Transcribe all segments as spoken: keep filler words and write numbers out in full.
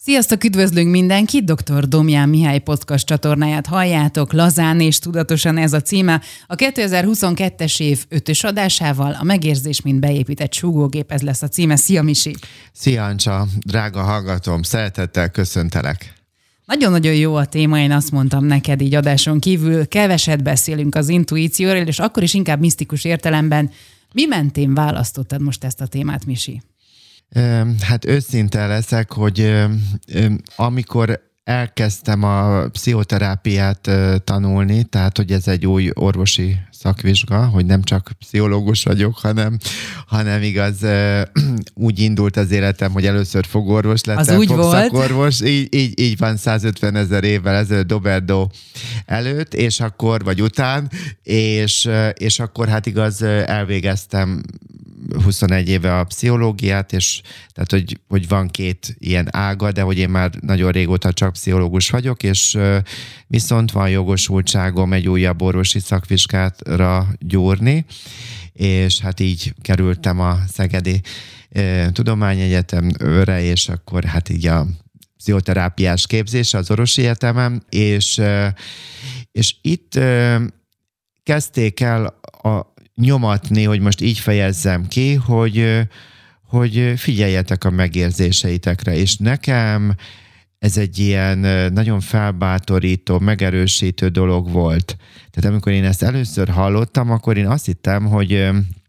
Sziasztok, üdvözlünk mindenkit! doktor Domján Mihály podcast csatornáját halljátok, lazán és tudatosan ez a címe. A kétezer-huszonkettes év ötös adásával a megérzés, mint beépített súgógép, ez lesz a címe. Szia, Misi! Szia, Ancsa! Drága hallgatom, szeretettel köszöntelek! Nagyon-nagyon jó a téma, én azt mondtam neked így adáson kívül, keveset beszélünk az intuícióról, és akkor is inkább misztikus értelemben. Mi mentén választottad most ezt a témát, Misi? Hát őszinte leszek, hogy amikor elkezdtem a pszichoterápiát tanulni, tehát hogy ez egy új orvosi szakvizsga, hogy nem csak pszichológus vagyok, hanem, hanem igaz, úgy indult az életem, hogy először fogorvos lettem, fogszakorvos, így, így, így van százötven ezer évvel ezelőtt Doberdo előtt, és akkor, vagy után, és, és akkor hát igaz, elvégeztem huszonegy éve a pszichológiát, és tehát, hogy, hogy van két ilyen ága, de hogy én már nagyon régóta csak pszichológus vagyok, és viszont van jogosultságom egy újabb orvosi szakvizsgára gyúrni, és hát így kerültem a Szegedi Tudományegyetemre, és akkor hát így a pszichoterápiás képzés az orvosi egyetemen, és, és itt kezdték el a nyomatni, hogy most így fejezzem ki, hogy, hogy figyeljetek a megérzéseitekre, és nekem ez egy ilyen nagyon felbátorító, megerősítő dolog volt. Tehát amikor én ezt először hallottam, akkor én azt hittem, hogy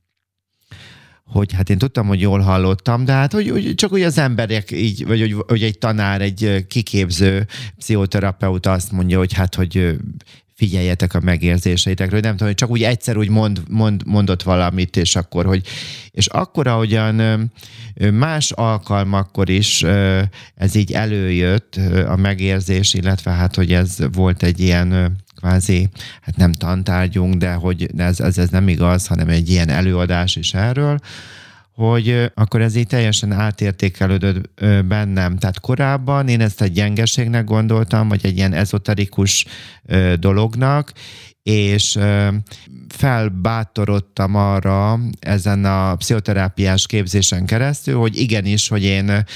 hogy hát én tudtam, hogy jól hallottam, de hát hogy, hogy csak úgy az emberek így, vagy hogy, hogy egy tanár, egy kiképző pszichoterapeuta azt mondja, hogy hát, hogy figyeljetek a megérzéseitekről, nem tudom, hogy csak úgy egyszer úgy mond, mond, mondott valamit, és akkor, hogy és akkor, ahogyan más alkalmakkor is ez így előjött a megérzés, illetve hát, hogy ez volt egy ilyen kvázi, hát nem tantárgyunk, de hogy ez, ez, ez nem igaz, hanem egy ilyen előadás is erről, hogy akkor ez így teljesen átértékelődött bennem. Tehát korábban én ezt egy gyengeségnek gondoltam, vagy egy ilyen ezoterikus dolognak, és felbátorodtam arra ezen a pszichoterápiás képzésen keresztül, hogy igenis, hogy én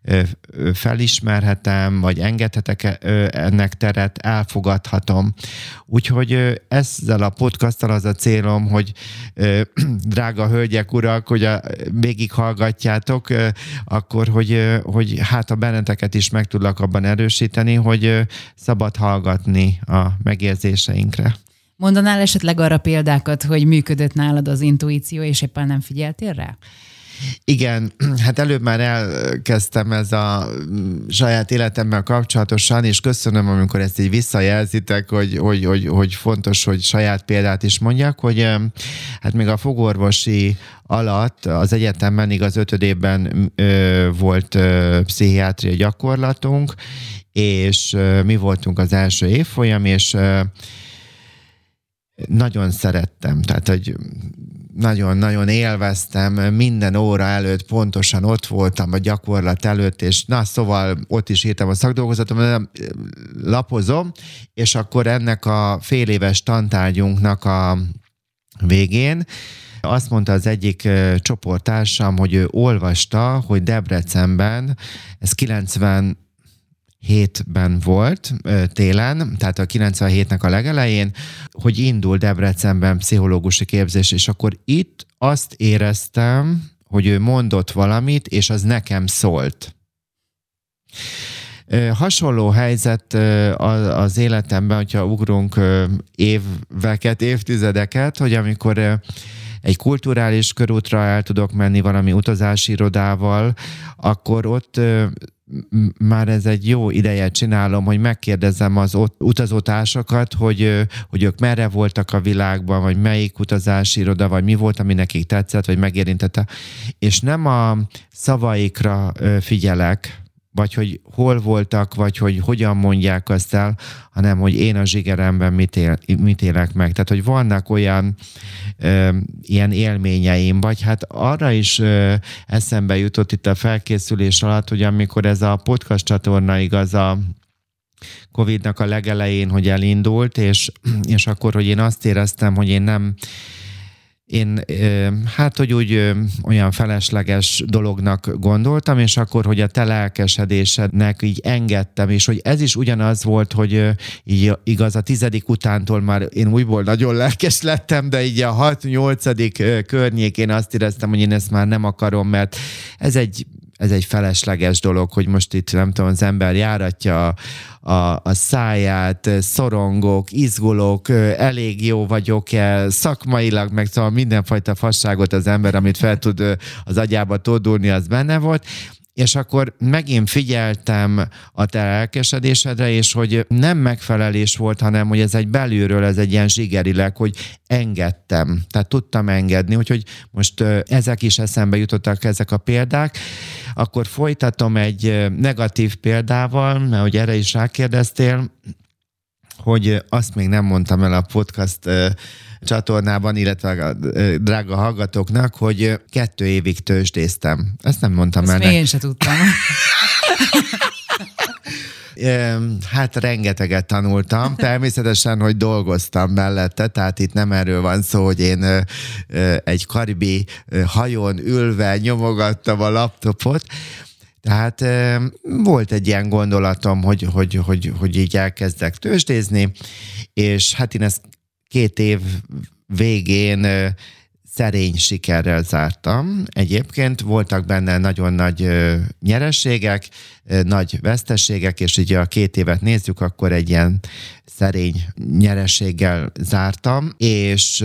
felismerhetem, vagy engedhetek ennek teret, elfogadhatom. Úgyhogy ezzel a podcasttal az a célom, hogy drága hölgyek, urak, hogy a, végighallgatjátok, akkor, hogy, hogy hát a benneteket is meg tudlak abban erősíteni, hogy szabad hallgatni a megérzéseinkre. Mondanál esetleg arra példákat, hogy működött nálad az intuíció, és éppen nem figyeltél rá? Igen, hát előbb már elkezdtem ez a saját életemmel kapcsolatosan, és köszönöm, amikor ezt így visszajelzitek, hogy, hogy, hogy, hogy fontos, hogy saját példát is mondjak, hogy hát még a fogorvosi alatt az egyetemen igaz ötöd évben ö, volt ö, pszichiátria gyakorlatunk, és ö, mi voltunk az első évfolyam, és ö, nagyon szerettem, tehát hogy nagyon-nagyon élveztem, minden óra előtt pontosan ott voltam a gyakorlat előtt, és na, szóval ott is írtam a szakdolgozatom, lapozom, és akkor ennek a fél éves tantárgyunknak a végén azt mondta az egyik csoporttársam, hogy ő olvasta, hogy Debrecenben, ez kilencven hétben volt, télen, tehát a kilencvenhétnek a legelején, hogy indul Debrecenben pszichológusi képzés, és akkor itt azt éreztem, hogy ő mondott valamit, és az nekem szólt. Hasonló helyzet az életemben, hogyha ugrunk éveket, évtizedeket, hogy amikor egy kulturális körútra el tudok menni valami utazási irodával, akkor ott már ez egy jó ideje csinálom, hogy megkérdezem az ott utazótársakat, hogy, hogy ők merre voltak a világban, vagy melyik utazási iroda, vagy mi volt, ami nekik tetszett, vagy megérintette. És nem a szavaikra figyelek, vagy hogy hol voltak, vagy hogy hogyan mondják azt el, hanem hogy én a zsigeremben mit, él, mit élek meg. Tehát, hogy vannak olyan ö, ilyen élményeim, vagy hát arra is ö, eszembe jutott itt a felkészülés alatt, hogy amikor ez a podcast csatorna igaz a Covidnak a legelején, hogy elindult, és, és akkor, hogy én azt éreztem, hogy én nem én hát, hogy úgy olyan felesleges dolognak gondoltam, és akkor, hogy a te lelkesedésednek így engedtem, és hogy ez is ugyanaz volt, hogy így igaz, a tizedik utántól már én újból nagyon lelkes lettem, de így a hat-nyolcadik környékén azt éreztem, hogy én ezt már nem akarom, mert ez egy Ez egy felesleges dolog, hogy most itt, nem tudom, az ember járatja a, a, a száját, szorongok, izgulok, elég jó vagyok-e, szakmailag, meg szóval mindenfajta fasságot az ember, amit fel tud az agyába tódulni, az benne volt. És akkor megint figyeltem a te lelkesedésedre, és hogy nem megfelelés volt, hanem hogy ez egy belülről, ez egy ilyen zsigerileg, hogy engedtem. Tehát tudtam engedni, úgyhogy most ezek is eszembe jutottak, ezek a példák. Akkor folytatom egy negatív példával, mert hogy erre is rákérdeztél, hogy azt még nem mondtam el a podcast csatornában, illetve a drága hallgatóknak, hogy kettő évig tőzsdéztem. Ezt nem mondtam Ezt el. Ezt még én se tudtam. Hát rengeteget tanultam, természetesen, hogy dolgoztam mellette, tehát itt nem erről van szó, hogy én egy karibi hajón ülve nyomogattam a laptopot. Tehát volt egy ilyen gondolatom, hogy, hogy, hogy, hogy így elkezdek tőzsdézni, és hát én ezt két év végén szerény sikerrel zártam. Egyébként voltak benne nagyon nagy nyereségek, nagy veszteségek, és így a két évet nézzük, akkor egy ilyen szerény nyereséggel zártam, és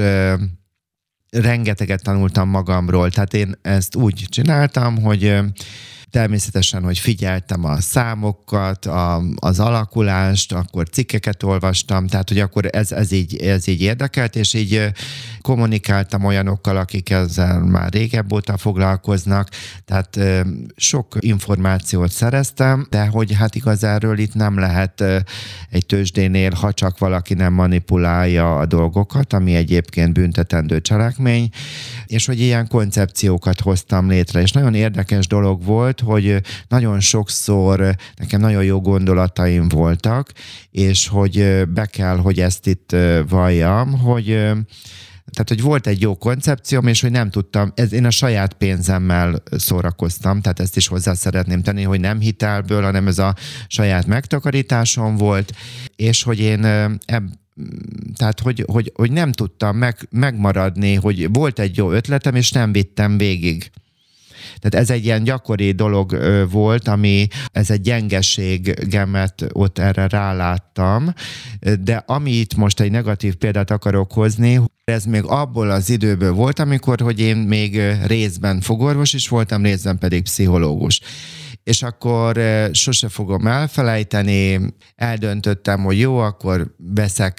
rengeteget tanultam magamról. Tehát én ezt úgy csináltam, hogy természetesen, hogy figyeltem a számokat, a, az alakulást, akkor cikkeket olvastam, tehát, hogy akkor ez, ez, így, ez így érdekelt, és így kommunikáltam olyanokkal, akik ezzel már régebb óta foglalkoznak, tehát sok információt szereztem, de hogy hát igazáról itt nem lehet egy tőzsdénél, ha csak valaki nem manipulálja a dolgokat, ami egyébként büntetendő cselekmény, és hogy ilyen koncepciókat hoztam létre, és nagyon érdekes dolog volt, hogy nagyon sokszor nekem nagyon jó gondolataim voltak, és hogy be kell, hogy ezt itt valljam, hogy tehát, hogy volt egy jó koncepcióm, és hogy nem tudtam, ez, én a saját pénzemmel szórakoztam, tehát ezt is hozzá szeretném tenni, hogy nem hitelből, hanem ez a saját megtakarításom volt, és hogy én ebb, tehát, hogy, hogy, hogy nem tudtam meg, megmaradni, hogy volt egy jó ötletem, és nem vittem végig. Tehát ez egy ilyen gyakori dolog volt, ami, ez egy gyengeségemet ott erre ráláttam, de ami itt most egy negatív példát akarok hozni, ez még abból az időből volt, amikor, hogy én még részben fogorvos is voltam, részben pedig pszichológus. És akkor sose fogom elfelejteni, eldöntöttem, hogy jó, akkor veszek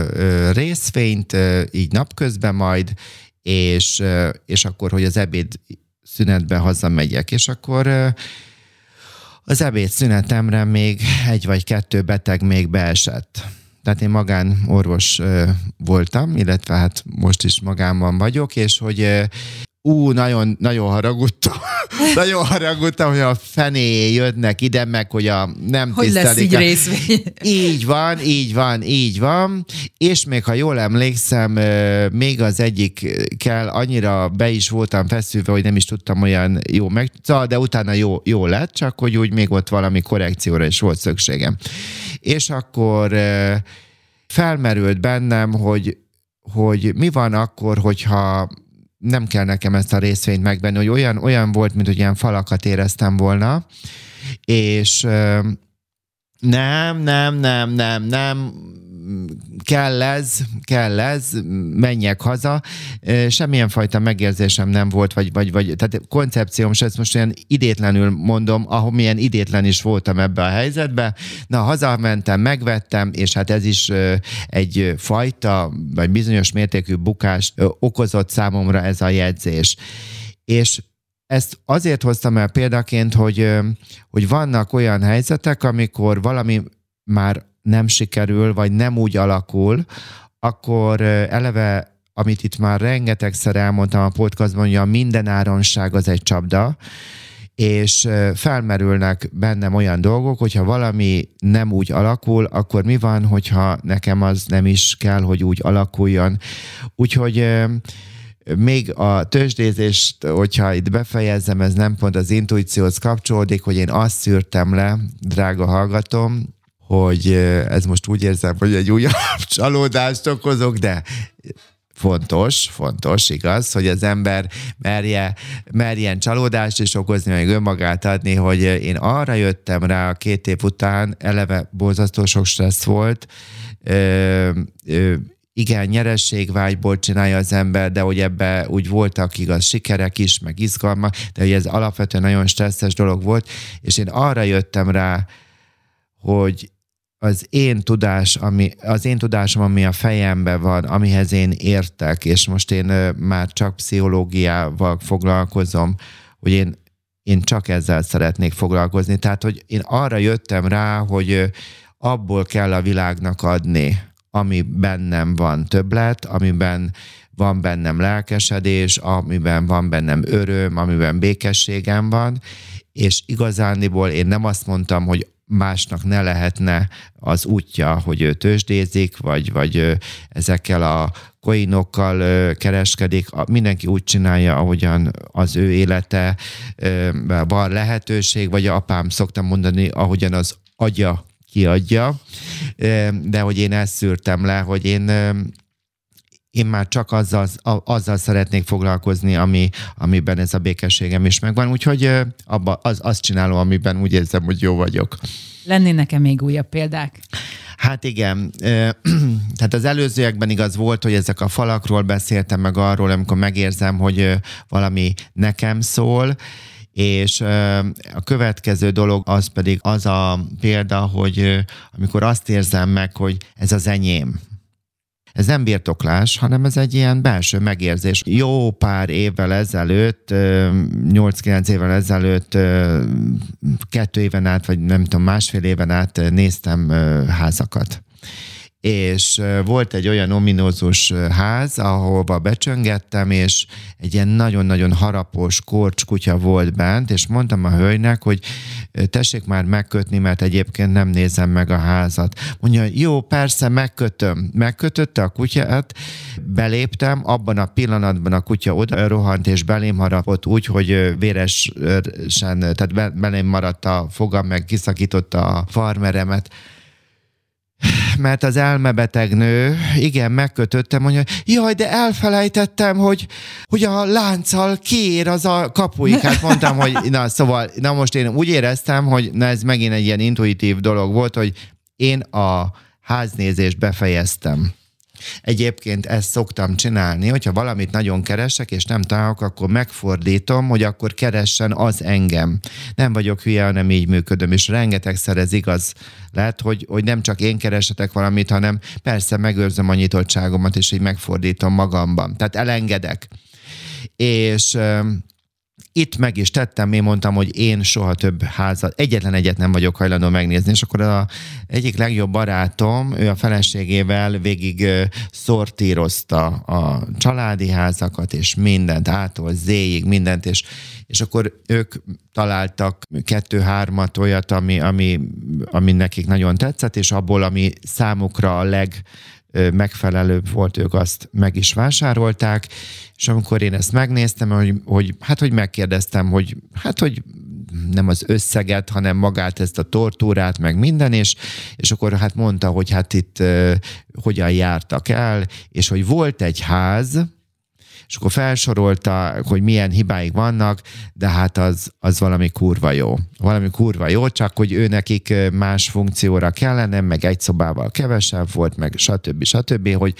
részvényt, így napközben majd, és, és akkor, hogy az ebéd szünetben hazamegyek, és akkor az ebéd szünetemre még egy vagy kettő beteg még beesett. Tehát én magánorvos voltam, illetve hát most is magánban vagyok, és hogy ú, nagyon, nagyon haragudtam. Nagyon haragudtam, hogy a fené jönnek ide, meg hogy a nem hogy tisztelik. Hogy lesz így részvény. Így van, így van, így van. És még ha jól emlékszem, még az egyikkel annyira be is voltam feszülve, hogy nem is tudtam olyan jó meg, de utána jó, jó lett, csak hogy úgy még ott valami korrekcióra is volt szükségem. És akkor felmerült bennem, hogy, hogy mi van akkor, hogyha nem kell nekem ezt a részvényt megvenni, hogy olyan, olyan volt, mint hogy ilyen falakat éreztem volna, és nem, nem, nem, nem, nem, kell ez, kell ez, menjek haza. Semmilyen fajta megérzésem nem volt, vagy, vagy, vagy tehát koncepcióm se, ezt most olyan idétlenül mondom, ahol milyen idétlen is voltam ebbe a helyzetbe. Na, hazamentem, megvettem, és hát ez is egy fajta, vagy bizonyos mértékű bukást okozott számomra ez a jegyzés. És ezt azért hoztam el példaként, hogy, hogy vannak olyan helyzetek, amikor valami már nem sikerül, vagy nem úgy alakul, akkor eleve, amit itt már rengetegszer elmondtam a podcastban, hogy a mindenáronság az egy csapda, és felmerülnek bennem olyan dolgok, hogyha valami nem úgy alakul, akkor mi van, hogyha nekem az nem is kell, hogy úgy alakuljon. Úgyhogy még a tőzsdézést, hogyha itt befejezem, ez nem pont az intuícióhoz kapcsolódik, hogy én azt szűrtem le, drága hallgatom, hogy ez most úgy érzem, hogy egy újabb csalódást okozok, de fontos, fontos, igaz, hogy az ember merje, merjen csalódást is okozni, meg önmagát adni, hogy én arra jöttem rá a két év után, eleve borzasztó sok stressz volt, ö, ö, igen, nyerességvágyból csinálja az ember, de hogy ebbe úgy voltak igaz sikerek is, meg izgalmak, de hogy ez alapvetően nagyon stresszes dolog volt, és én arra jöttem rá, hogy az én tudás, ami, az én tudásom, ami a fejemben van, amihez én értek, és most én uh, már csak pszichológiával foglalkozom, hogy én, én csak ezzel szeretnék foglalkozni. Tehát, hogy én arra jöttem rá, hogy uh, abból kell a világnak adni, ami bennem van többlet, amiben van bennem lelkesedés, amiben van bennem öröm, amiben békességem van, és igazániból én nem azt mondtam, hogy másnak ne lehetne az útja, hogy ő tőzsdézik, vagy, vagy ezekkel a coinokkal kereskedik. Mindenki úgy csinálja, ahogyan az ő élete van lehetőség, vagy apám szoktam mondani, ahogyan az agya kiadja, de hogy én ezt szűrtem le, hogy én én már csak azzal, azzal szeretnék foglalkozni, ami, amiben ez a békességem is megvan. Úgyhogy abba, az, azt csinálom, amiben úgy érzem, hogy jó vagyok. Lennének-e még újabb példák? Hát igen. Tehát az előzőekben igaz volt, hogy ezek a falakról beszéltem meg arról, amikor megérzem, hogy valami nekem szól, és a következő dolog az pedig az a példa, hogy amikor azt érzem meg, hogy ez az enyém. Ez nem birtoklás, hanem ez egy ilyen belső megérzés. Jó pár évvel ezelőtt, nyolc-kilenc évvel ezelőtt, kettő éven át, vagy nem tudom, másfél éven át néztem házakat. És volt egy olyan ominózus ház, ahova becsöngettem, és egy ilyen nagyon-nagyon harapós korcskutya volt bent, és mondtam a hölgynek, hogy tessék már megkötni, mert egyébként nem nézem meg a házat. Mondja, jó, persze, megkötöm. Megkötötte a kutyát, beléptem, abban a pillanatban a kutya oda rohant, és belém harapott úgy, hogy véresen, tehát belém maradt a fogam, meg kiszakította a farmeremet. Mert az elmebeteg nő, igen, megkötöttem, mondja, jaj, de elfelejtettem, hogy, hogy a lánccal kiér az a kapuig. Hát mondtam, hogy na, szóval, na most én úgy éreztem, hogy na ez megint egy ilyen intuitív dolog volt, hogy én a háznézést befejeztem. Egyébként ezt szoktam csinálni, hogyha valamit nagyon keresek, és nem találok, akkor megfordítom, hogy akkor keressen az engem. Nem vagyok hülye, hanem így működöm, és rengetegszer ez igaz lehet, hogy, hogy nem csak én keresetek valamit, hanem persze megőrzöm a nyitottságomat, és így megfordítom magamban. Tehát elengedek. És itt meg is tettem, én mondtam, hogy én soha több házat, egyetlen egyet nem vagyok hajlandó megnézni, és akkor az egyik legjobb barátom, ő a feleségével végig szortírozta a családi házakat, és mindent, ától zéig, mindent, és, és akkor ők találtak kettő-hármat olyat, ami, ami, ami nekik nagyon tetszett, és abból, ami számukra a leg megfelelőbb volt, ők azt meg is vásárolták, és amikor én ezt megnéztem, hogy, hogy hát, hogy megkérdeztem, hogy hát, hogy nem az összeget, hanem magát ezt a tortúrát, meg minden, és, és akkor hát mondta, hogy hát itt uh, hogyan jártak el, és hogy volt egy ház, és akkor felsorolta, hogy milyen hibáik vannak, de hát az, az valami kurva jó. Valami kurva jó, csak hogy ő nekik más funkcióra kellene, meg egy szobával kevesebb volt, meg stb. stb. Hogy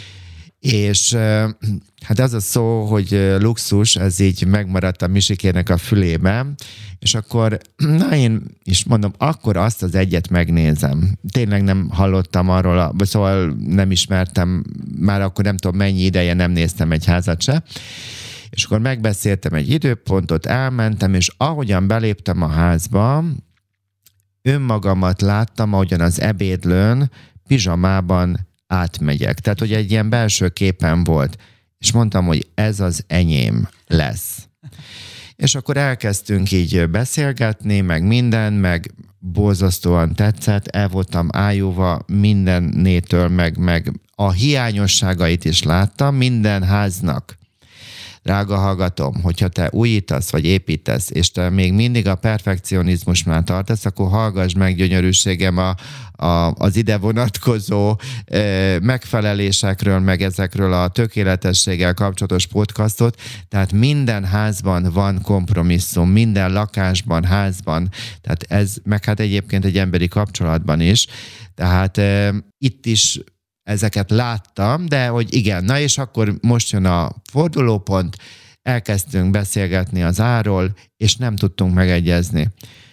és hát az a szó, hogy luxus, ez így megmaradt a Misikének a fülében, és akkor, na én is mondom, akkor azt az egyet megnézem. Tényleg nem hallottam arról, a, szóval nem ismertem, már akkor nem tudom mennyi ideje nem néztem egy házat se, és akkor megbeszéltem egy időpontot, elmentem, és ahogyan beléptem a házba, önmagamat láttam, ahogyan az ebédlőn, pizsamában átmegyek. Tehát, hogy egy ilyen belső képen volt. És mondtam, hogy ez az enyém lesz. És akkor elkezdtünk így beszélgetni, meg minden, meg borzasztóan tetszett, el voltam ájúva mindennétől, meg, meg a hiányosságait is láttam minden háznak. drága hallgatom, hogyha te újítasz, vagy építesz, és te még mindig a perfekcionizmusnál tartasz, akkor hallgass meg, gyönyörűségem, a, a, az ide vonatkozó e, megfelelésekről, meg ezekről a tökéletességgel kapcsolatos podcastot. Tehát minden házban van kompromisszum, minden lakásban, házban, tehát ez, meg hát egyébként egy emberi kapcsolatban is. Tehát e, itt is ezeket láttam, de hogy igen, na és akkor most jön a fordulópont, elkezdtünk beszélgetni az árról, és nem tudtunk megegyezni.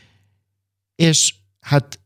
És hát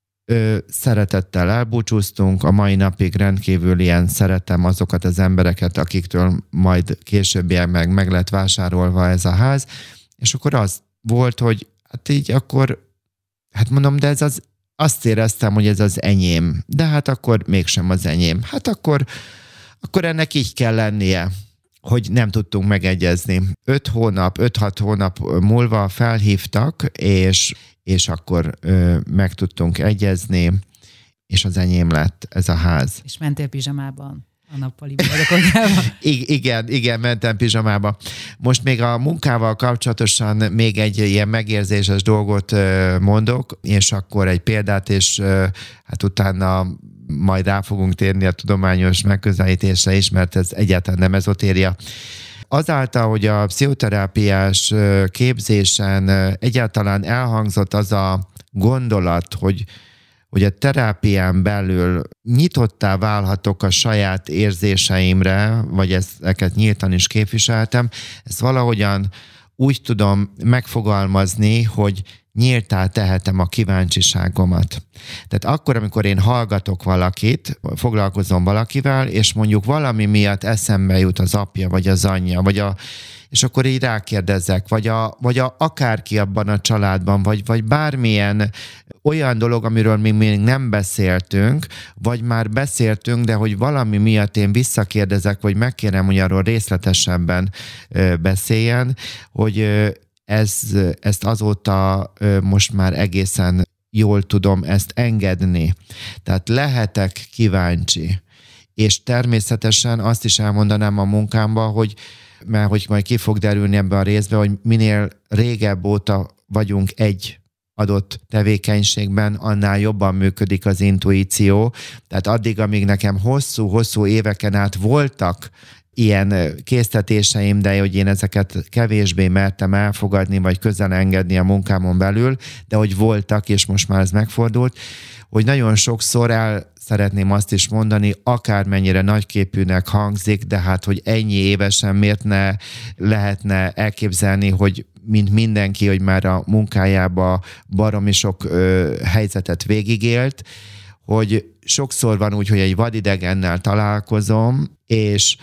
ö, szeretettel elbúcsúztunk, a mai napig rendkívül ilyen szeretem azokat az embereket, akiktől majd később meg, meg lett vásárolva ez a ház, és akkor az volt, hogy hát így akkor, hát mondom, de ez az azt éreztem, hogy ez az enyém, de hát akkor mégsem az enyém. Hát akkor, akkor ennek így kell lennie, hogy nem tudtunk megegyezni. Öt hónap, öt-hat hónap múlva felhívtak, és, és akkor ö, meg tudtunk egyezni, és az enyém lett ez a ház. És mentél pizsamában? A nappali boldogságában. Igen, igen, mentem pizsamába. Most még a munkával kapcsolatosan még egy ilyen megérzéses dolgot mondok, és akkor egy példát, és hát utána majd rá fogunk térni a tudományos megközelítésre is, mert ez egyáltalán nem ezotéria. Azáltal, hogy a pszichoterápiás képzésen egyáltalán elhangzott az a gondolat, hogy hogy a terápián belül nyitottá válhatok a saját érzéseimre, vagy ezeket nyíltan is képviseltem, ezt valahogyan úgy tudom megfogalmazni, hogy nyíltá tehetem a kíváncsiságomat. Tehát akkor, amikor én hallgatok valakit, foglalkozom valakivel, és mondjuk valami miatt eszembe jut az apja, vagy az anyja, vagy a és akkor így rákérdezek, vagy, a, vagy a, akárki abban a családban, vagy, vagy bármilyen olyan dolog, amiről mi még nem beszéltünk, vagy már beszéltünk, de hogy valami miatt én visszakérdezek, vagy megkérem, hogy arról részletesebben beszéljen, hogy ez, ezt azóta most már egészen jól tudom ezt engedni. Tehát lehetek kíváncsi. És természetesen azt is elmondanám a munkámban, hogy mert hogy majd ki fog derülni ebbe a részbe, hogy minél régebb óta vagyunk egy adott tevékenységben, annál jobban működik az intuíció. Tehát addig, amíg nekem hosszú-hosszú éveken át voltak ilyen késztetéseim, de hogy én ezeket kevésbé mertem elfogadni, vagy közel engedni a munkámon belül, de hogy voltak, és most már ez megfordult, hogy nagyon sokszor el szeretném azt is mondani, akármennyire nagyképűnek hangzik, de hát, hogy ennyi évesen miért ne lehetne elképzelni, hogy mint mindenki, hogy már a munkájába baromi sok ö, helyzetet végigélt, hogy sokszor van úgy, hogy egy vadidegennel találkozom, és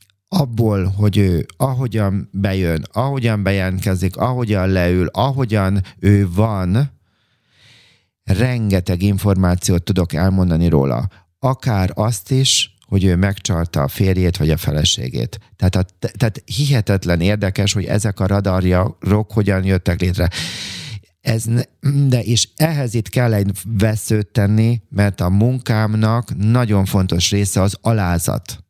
abból, hogy ő ahogyan bejön, ahogyan bejelentkezik, ahogyan leül, ahogyan ő van, rengeteg információt tudok elmondani róla. Akár azt is, hogy ő megcsalta a férjét vagy a feleségét. Tehát, a, tehát hihetetlen érdekes, hogy ezek a radarok hogyan jöttek létre. Ez ne, de és ehhez itt kell egy veszőt tenni, mert a munkámnak nagyon fontos része az alázat.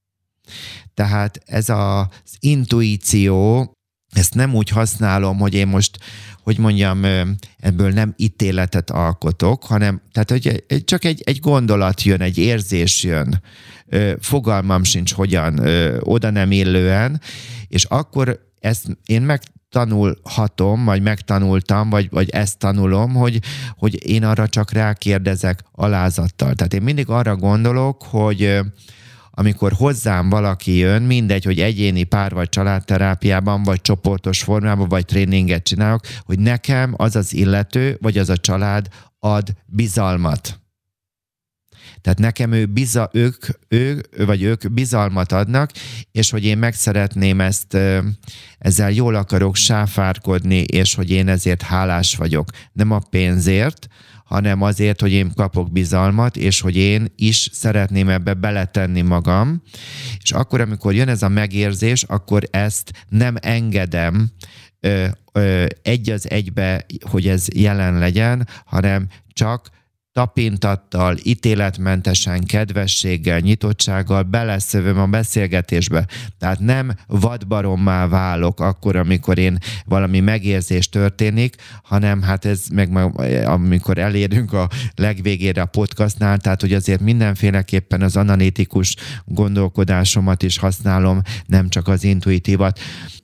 Tehát ez az intuíció, ezt nem úgy használom, hogy én most, hogy mondjam, ebből nem ítéletet alkotok, hanem tehát, hogy csak egy, egy gondolat jön, egy érzés jön, fogalmam sincs hogyan, oda nem illően, és akkor ezt én megtanulhatom, vagy megtanultam, vagy, vagy ezt tanulom, hogy, hogy én arra csak rákérdezek alázattal. Tehát én mindig arra gondolok, hogy amikor hozzám valaki jön, mindegy, hogy egyéni pár vagy családterápiában, vagy csoportos formában, vagy tréninget csinálok, hogy nekem az az illető, vagy az a család ad bizalmat. Tehát nekem ő biza, ők, ő, vagy ők bizalmat adnak, és hogy én meg szeretném ezt, ezzel jól akarok sáfárkodni, és hogy én ezért hálás vagyok. Nem a pénzért, hanem azért, hogy én kapok bizalmat, és hogy én is szeretném ebbe beletenni magam. És akkor, amikor jön ez a megérzés, akkor ezt nem engedem ö, ö, egy az egybe, hogy ez jelen legyen, hanem csak tapintattal, ítéletmentesen, kedvességgel, nyitottsággal beleszövöm a beszélgetésbe. Tehát nem vadbarommá válok akkor, amikor én valami megérzés történik, hanem hát ez meg amikor elérünk a legvégére a podcastnál, tehát hogy azért mindenféleképpen az analitikus gondolkodásomat is használom, nem csak az intuitívat.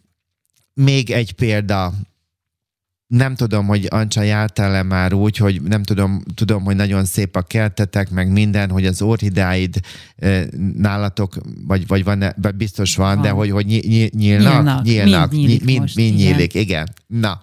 Még egy példa. Nem tudom, hogy Ancsa, jártál-e már úgy, hogy nem tudom, tudom, hogy nagyon szép a kertetek, meg minden, hogy az orchideáid nálatok, vagy, vagy van, biztos van, van, de hogy, hogy nyílnak? Nyílnak. Nyílnak. Mind nyílik mind, most, mind igen. nyílik, igen. Na,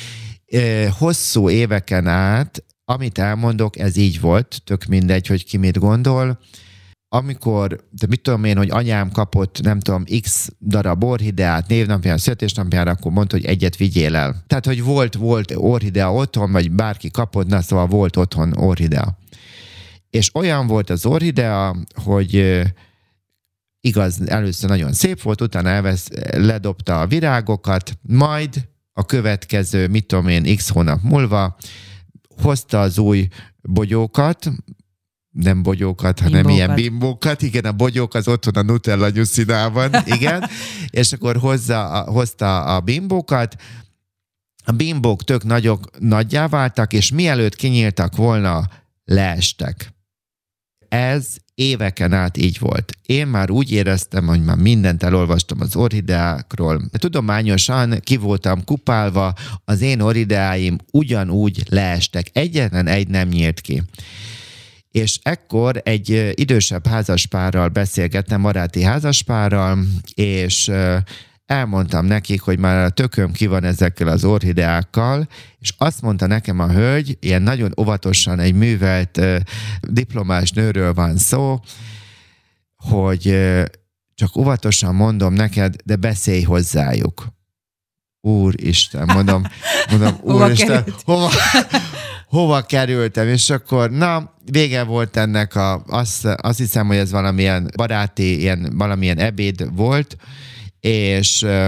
hosszú éveken át, amit elmondok, ez így volt, tök mindegy, hogy ki mit gondol. Amikor, de mit tudom én, hogy anyám kapott, nem tudom, x darab orchideát névnapjára, születésnapjára, akkor mondta, hogy egyet vigyél el. Tehát, hogy volt, volt orchidea otthon, vagy bárki kapott, na szóval volt otthon orchidea. És olyan volt az orchidea, hogy igaz, először nagyon szép volt, utána elvesz, ledobta a virágokat, majd a következő, mit tudom én, x hónap múlva hozta az új bogyókat, nem bogyókat, hanem bimbókat. Ilyen bimbókat. Igen, a bogyók az otthon a Nutella nyuszinában, igen. És akkor hozza, hozta a bimbókat. A bimbók tök nagyok, nagyjá váltak, és mielőtt kinyíltak volna, leestek. Ez éveken át így volt. Én már úgy éreztem, hogy már mindent elolvastam az orchideákról. Tudományosan ki voltam kupálva, az én orchideáim ugyanúgy leestek. Egyetlen egy nem nyílt ki. És ekkor egy idősebb házaspárral beszélgettem, baráti házaspárral, és elmondtam nekik, hogy már a tököm ki van ezekkel az orchideákkal, és azt mondta nekem a hölgy, ilyen nagyon óvatosan egy művelt diplomás nőről van szó, hogy csak óvatosan mondom neked, de beszélj hozzájuk. Úristen, mondom, mondom, úristen, hova, hova kerültem, és akkor, na, vége volt ennek, a, azt, azt hiszem, hogy ez valamilyen baráti, ilyen, valamilyen ebéd volt, és uh,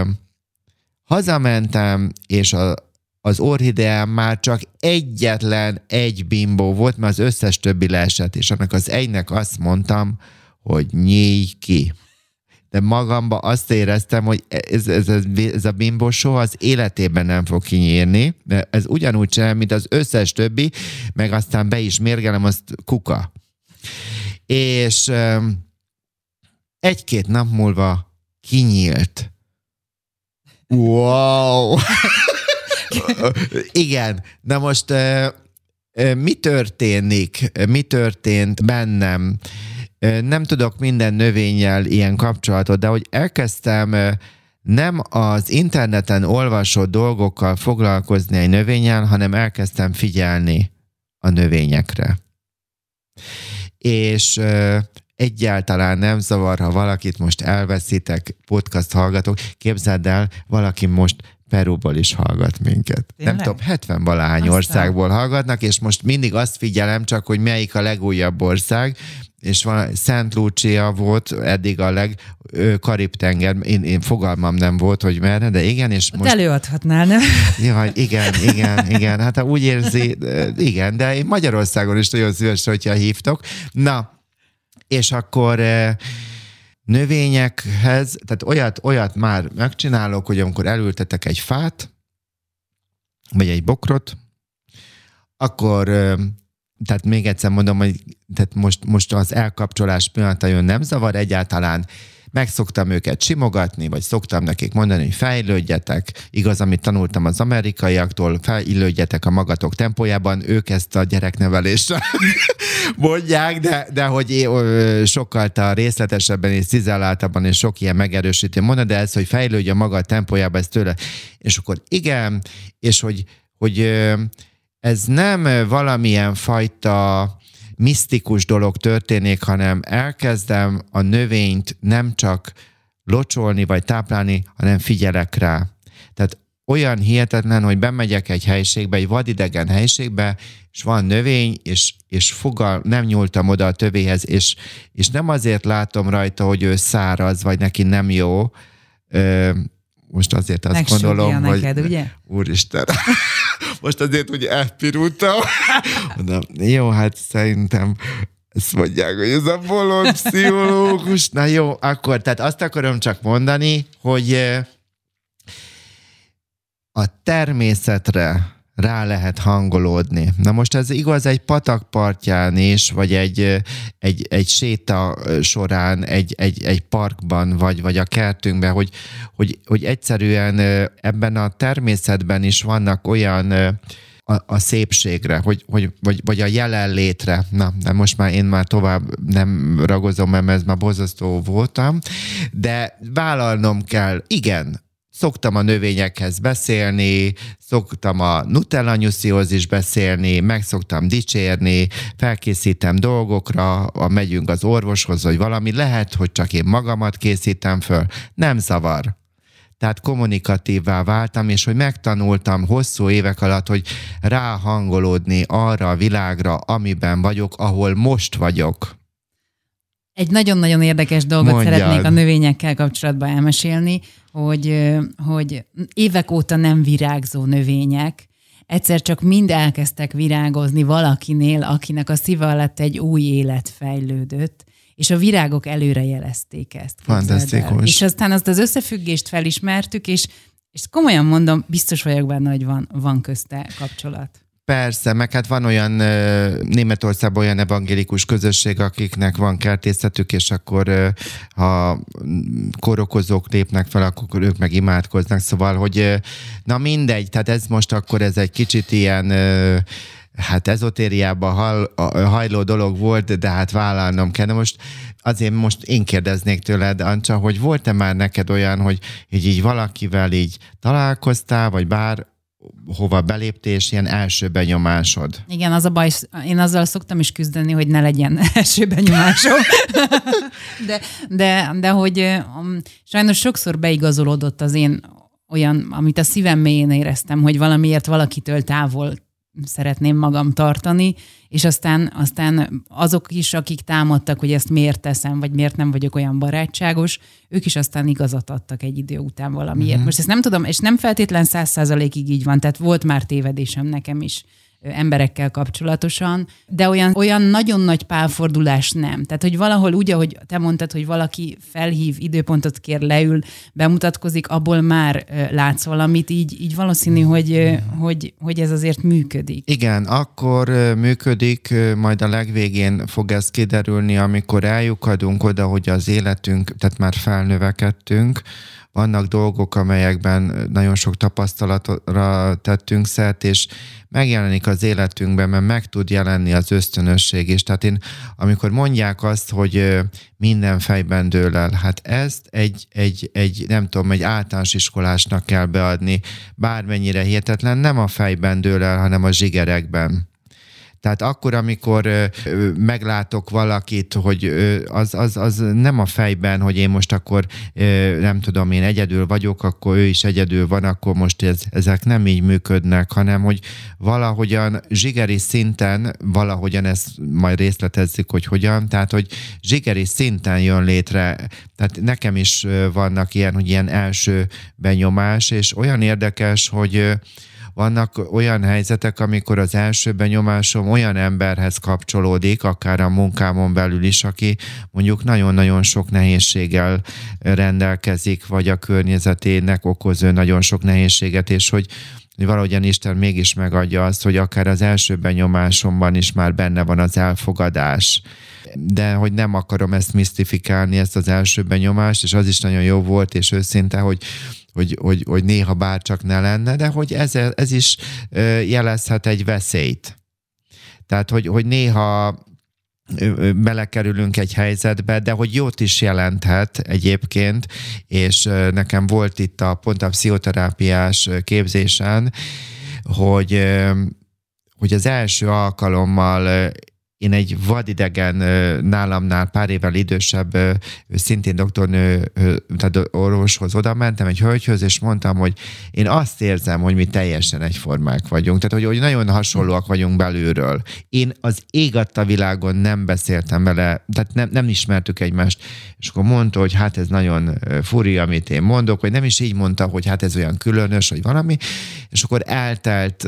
hazamentem, és a, az orchideám már csak egyetlen egy bimbó volt, mert az összes többi leesett, és annak az egynek azt mondtam, hogy nyílj ki. De magamba azt éreztem, hogy ez, ez, ez, ez a bimbó soha az életében nem fog kinyírni, de ez ugyanúgy sem, mint az összes többi, meg aztán be is mérgelem, azt kuka. És um, egy-két nap múlva kinyílt. Wow! Igen, na most uh, uh, mi történik? Mi történt bennem? Nem tudok minden növényel ilyen kapcsolatot, de hogy elkezdtem nem az interneten olvasott dolgokkal foglalkozni egy növényel, hanem elkezdtem figyelni a növényekre. És egyáltalán nem zavar, ha valakit most elveszítek, podcast hallgatok, képzeld el, valaki most Perúból is hallgat minket. Tényleg? Nem tudom, hetven valahány Aztán. országból hallgatnak, és most mindig azt figyelem csak, hogy melyik a legújabb ország, és van, Szent Lucia volt eddig a leg Karib-tenger, én, én fogalmam nem volt, hogy merre, de igen, és ott most... előadhatnál, nem? Jaj, igen, igen, igen, hát ha úgy érzi, igen, de én Magyarországon is nagyon szíves, hogyha hívtok. Na, és akkor növényekhez, tehát olyat, olyat már megcsinálok, hogy amikor elültetek egy fát, vagy egy bokrot, akkor, tehát még egyszer mondom, hogy tehát most, most az elkapcsolás pillanata jön, nem zavar egyáltalán, meg szoktam őket simogatni, vagy szoktam nekik mondani, hogy fejlődjetek. Igaz, amit tanultam az amerikaiaktól, fejlődjetek a magatok tempójában, ők ezt a gyereknevelésre mondják, de, de hogy én sokkal részletesebben és cizelláltabban és sok ilyen megerősítő mondat, de ez, hogy fejlődj a maga tempójában, ez tőle. És akkor igen, és hogy, hogy ez nem valamilyen fajta misztikus dolog történik, hanem elkezdem a növényt nem csak locsolni vagy táplálni, hanem figyelek rá. Tehát olyan hihetetlen, hogy bemegyek egy helyiségbe, egy vadidegen helyiségbe, és van növény, és, és fogal, nem nyúltam oda a tövéhez, és, és nem azért látom rajta, hogy ő száraz, vagy neki nem jó, ö, most azért azt Megsúgja gondolom, neked, hogy ugye? Úristen, most azért úgy elpirultam. De jó, hát szerintem ezt mondják, hogy ez a bolond pszichológus. Na jó, akkor, tehát azt akarom csak mondani, hogy a természetre rá lehet hangolódni. Na most ez igaz egy patak partján is, vagy egy, egy, egy séta során, egy, egy, egy parkban, vagy, vagy a kertünkben, hogy, hogy, hogy egyszerűen ebben a természetben is vannak olyan a, a szépségre, hogy, hogy, vagy, vagy a jelenlétre. Na, de most már én már tovább nem ragozom, mert ez már borzasztó voltam, de vállalnom kell, igen, szoktam a növényekhez beszélni, szoktam a Nutella nyuszihoz is beszélni, meg szoktam dicsérni, felkészítem dolgokra, a megyünk az orvoshoz, vagy valami, lehet, hogy csak én magamat készítem föl, nem zavar. Tehát kommunikatívvá váltam, és hogy megtanultam hosszú évek alatt, hogy ráhangolódni arra a világra, amiben vagyok, ahol most vagyok. Egy nagyon-nagyon érdekes dolgot Mondjad. Szeretnék a növényekkel kapcsolatban elmesélni, hogy, hogy évek óta nem virágzó növények, egyszer csak mind elkezdtek virágozni valakinél, akinek a szíve alatt egy új élet fejlődött, és a virágok előre jelezték ezt. Fantasztikus. És aztán azt az összefüggést felismertük, és, és komolyan mondom, biztos vagyok benne, hogy van, van közte kapcsolat. Persze, meg hát van olyan Németországban olyan evangélikus közösség, akiknek van kertészetük, és akkor ha korokozók lépnek fel, akkor ők meg imádkoznak, szóval, hogy na mindegy, tehát ez most akkor ez egy kicsit ilyen hát ezotériába hall, hajló dolog volt, de hát vállalnom kell. De most azért most én kérdeznék tőled, Ancsa, hogy volt-e már neked olyan, hogy így, így valakivel így találkoztál, vagy bár hova beléptél, és ilyen első benyomásod. Igen, az a baj, én azzal szoktam is küzdeni, hogy ne legyen első benyomásom. de, de, de hogy um, sajnos sokszor beigazolódott az én olyan, amit a szívem mélyén éreztem, hogy valamiért valakitől távol szeretném magam tartani, és aztán, aztán azok is, akik támadtak, hogy ezt miért teszem, vagy miért nem vagyok olyan barátságos, ők is aztán igazat adtak egy idő után valamiért. Mm-hmm. Most ezt nem tudom, és nem feltétlen száz százalékig így van, tehát volt már tévedésem nekem is emberekkel kapcsolatosan, de olyan, olyan nagyon nagy pálfordulás nem. Tehát, hogy valahol úgy, ahogy te mondtad, hogy valaki felhív, időpontot kér, leül, bemutatkozik, abból már látsz valamit, így, így valószínű, hogy, hogy, hogy ez azért működik. Igen, akkor működik, majd a legvégén fog ez kiderülni, amikor eljukadunk oda, hogy az életünk, tehát már felnövekedtünk, vannak dolgok, amelyekben nagyon sok tapasztalatra tettünk szert, és megjelenik az életünkben, mert meg tud jelenni az ösztönösség is. Tehát én, amikor mondják azt, hogy minden fejben dől el, hát ezt egy, egy, egy, nem tudom, egy általános iskolásnak kell beadni, bármennyire hihetetlen, nem a fejben dől el, hanem a zsigerekben. Tehát akkor, amikor ö, ö, meglátok valakit, hogy ö, az, az, az nem a fejben, hogy én most akkor ö, nem tudom, én egyedül vagyok, akkor ő is egyedül van, akkor most ez, ezek nem így működnek, hanem hogy valahogyan zsigeri szinten, valahogyan ezt majd részletezzük, hogy hogyan, tehát hogy zsigeri szinten jön létre, tehát nekem is vannak ilyen, hogy ilyen első benyomás, és olyan érdekes, hogy vannak olyan helyzetek, amikor az első benyomásom olyan emberhez kapcsolódik, akár a munkámon belül is, aki mondjuk nagyon-nagyon sok nehézséggel rendelkezik, vagy a környezetének okoz nagyon sok nehézséget, és hogy valahogyan Isten mégis megadja azt, hogy akár az első benyomásomban is már benne van az elfogadás. De hogy nem akarom ezt misztifikálni, ezt az első benyomást, és az is nagyon jó volt, és őszinte, hogy Hogy, hogy, hogy néha bárcsak ne lenne, de hogy ez, ez is jelezhet egy veszélyt. Tehát, hogy, hogy néha belekerülünk egy helyzetbe, de hogy jót is jelenthet egyébként, és nekem volt itt a, pont a pszichoterápiás képzésen, hogy, hogy az első alkalommal én egy vadidegen nálamnál pár évvel idősebb, szintén doktornő, tehát orvoshoz oda mentem, egy hölgyhöz, és mondtam, hogy én azt érzem, hogy mi teljesen egyformák vagyunk. Tehát, hogy, hogy nagyon hasonlóak vagyunk belülről. Én az ég adta világon nem beszéltem vele, tehát nem, nem ismertük egymást. És akkor mondta, hogy hát ez nagyon furi, amit én mondok, vagy nem is így mondta, hogy hát ez olyan különös, vagy valami. És akkor eltelt,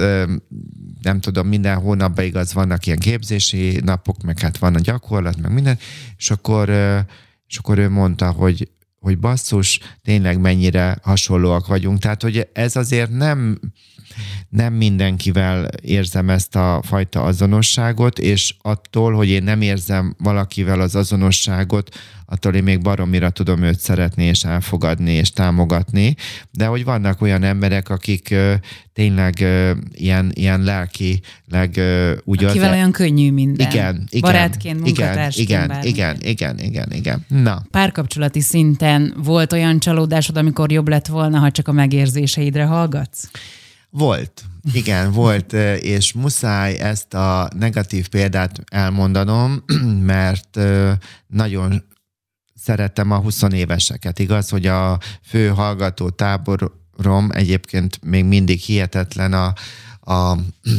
nem tudom, minden hónapban igaz, vannak ilyen képzési napok, meg hát van a gyakorlat, meg minden, és akkor, és akkor ő mondta, hogy, hogy basszus, tényleg mennyire hasonlóak vagyunk. Tehát, hogy ez azért nem, nem mindenkivel érzem ezt a fajta azonosságot, és attól, hogy én nem érzem valakivel az azonosságot, attól én még baromira tudom őt szeretni, és elfogadni, és támogatni, de hogy vannak olyan emberek, akik uh, tényleg uh, ilyen, ilyen lelkileg uh, úgy... Akivel az... olyan könnyű minden. Igen, igen. Barátként, munkatársként, igen, bármilyen. igen, igen, igen, igen. Na. Párkapcsolati szinten volt olyan csalódásod, amikor jobb lett volna, ha csak a megérzéseidre hallgatsz? Volt. Igen, volt, és muszáj ezt a negatív példát elmondanom, mert nagyon szerettem a huszonéveseket. Igaz, hogy a fő hallgató táborom egyébként még mindig hihetetlen a, a,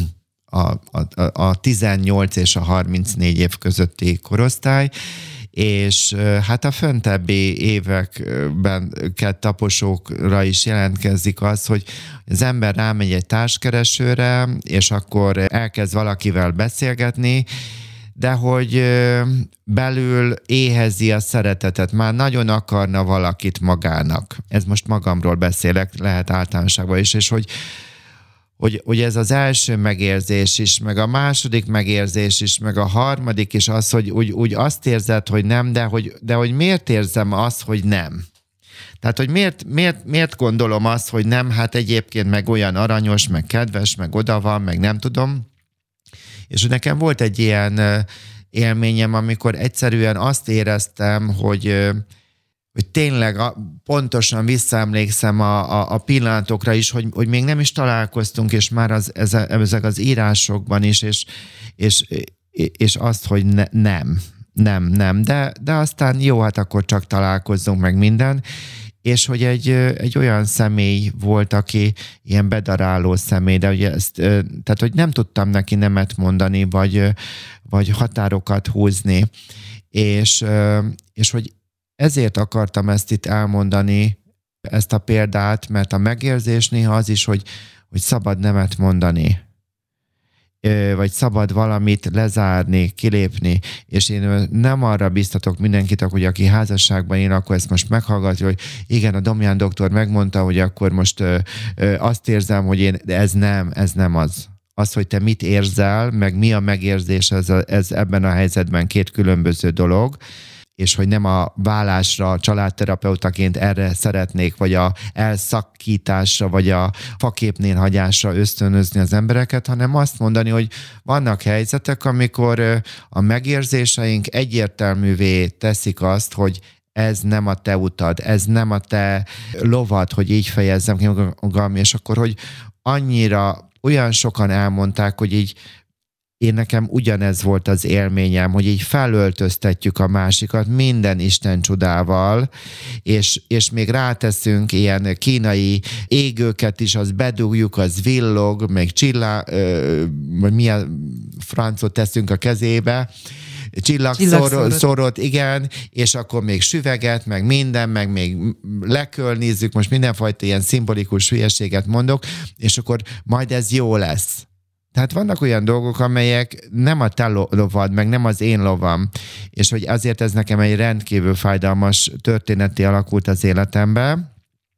a, a, a tizennyolc és a harmincnégy év közötti korosztály, és hát a föntebbi években taposókra is jelentkezik az, hogy az ember rámegy egy társkeresőre, és akkor elkezd valakivel beszélgetni, de hogy belül éhezi a szeretetet, már nagyon akarna valakit magának. Ez most magamról beszélek, lehet általánosságban is, és hogy Hogy, hogy ez az első megérzés is, meg a második megérzés is, meg a harmadik is az, hogy úgy, úgy azt érzed, hogy nem, de hogy, de hogy miért érzem azt, hogy nem? Tehát, hogy miért, miért, miért gondolom azt, hogy nem, hát egyébként meg olyan aranyos, meg kedves, meg oda van, meg nem tudom. És nekem volt egy ilyen élményem, amikor egyszerűen azt éreztem, hogy hogy tényleg a, pontosan visszaemlékszem a, a, a pillanatokra is, hogy, hogy még nem is találkoztunk, és már az, ez, ezek az írásokban is, és, és, és azt, hogy ne, nem, nem, nem, de, de aztán jó, hát akkor csak találkozzunk meg minden, és hogy egy, egy olyan személy volt, aki ilyen bedaráló személy, de ugye ezt, tehát hogy nem tudtam neki nemet mondani, vagy, vagy határokat húzni, és, és hogy ezért akartam ezt itt elmondani, ezt a példát, mert a megérzés néha az is, hogy, hogy szabad nemet mondani, vagy szabad valamit lezárni, kilépni, és én nem arra biztatok mindenkit, hogy aki házasságban él, akkor ezt most meghallgatja, hogy igen, a Domján doktor megmondta, hogy akkor most azt érzem, hogy én, de ez nem, ez nem az. Az, hogy te mit érzel, meg mi a megérzés, ez, a, ez ebben a helyzetben két különböző dolog, és hogy nem a vállásra, családterapeutaként erre szeretnék, vagy a elszakításra, vagy a faképnél hagyásra ösztönözni az embereket, hanem azt mondani, hogy vannak helyzetek, amikor a megérzéseink egyértelművé teszik azt, hogy ez nem a te utad, ez nem a te lovad, hogy így fejezzem ki magam, és akkor, hogy annyira olyan sokan elmondták, hogy így én nekem ugyanez volt az élményem, hogy így felöltöztetjük a másikat minden Isten csodával, és, és még ráteszünk ilyen kínai égőket is, az bedugjuk, az villog, meg csillá, vagy milyen francot teszünk a kezébe, csillagszorot, igen, és akkor még süveget, meg minden, meg még lekölnizzük, most mindenfajta ilyen szimbolikus hülyeséget mondok, és akkor majd ez jó lesz. Tehát vannak olyan dolgok, amelyek nem a te lovad, meg nem az én lovam, és hogy azért ez nekem egy rendkívül fájdalmas történeti alakult az életemben,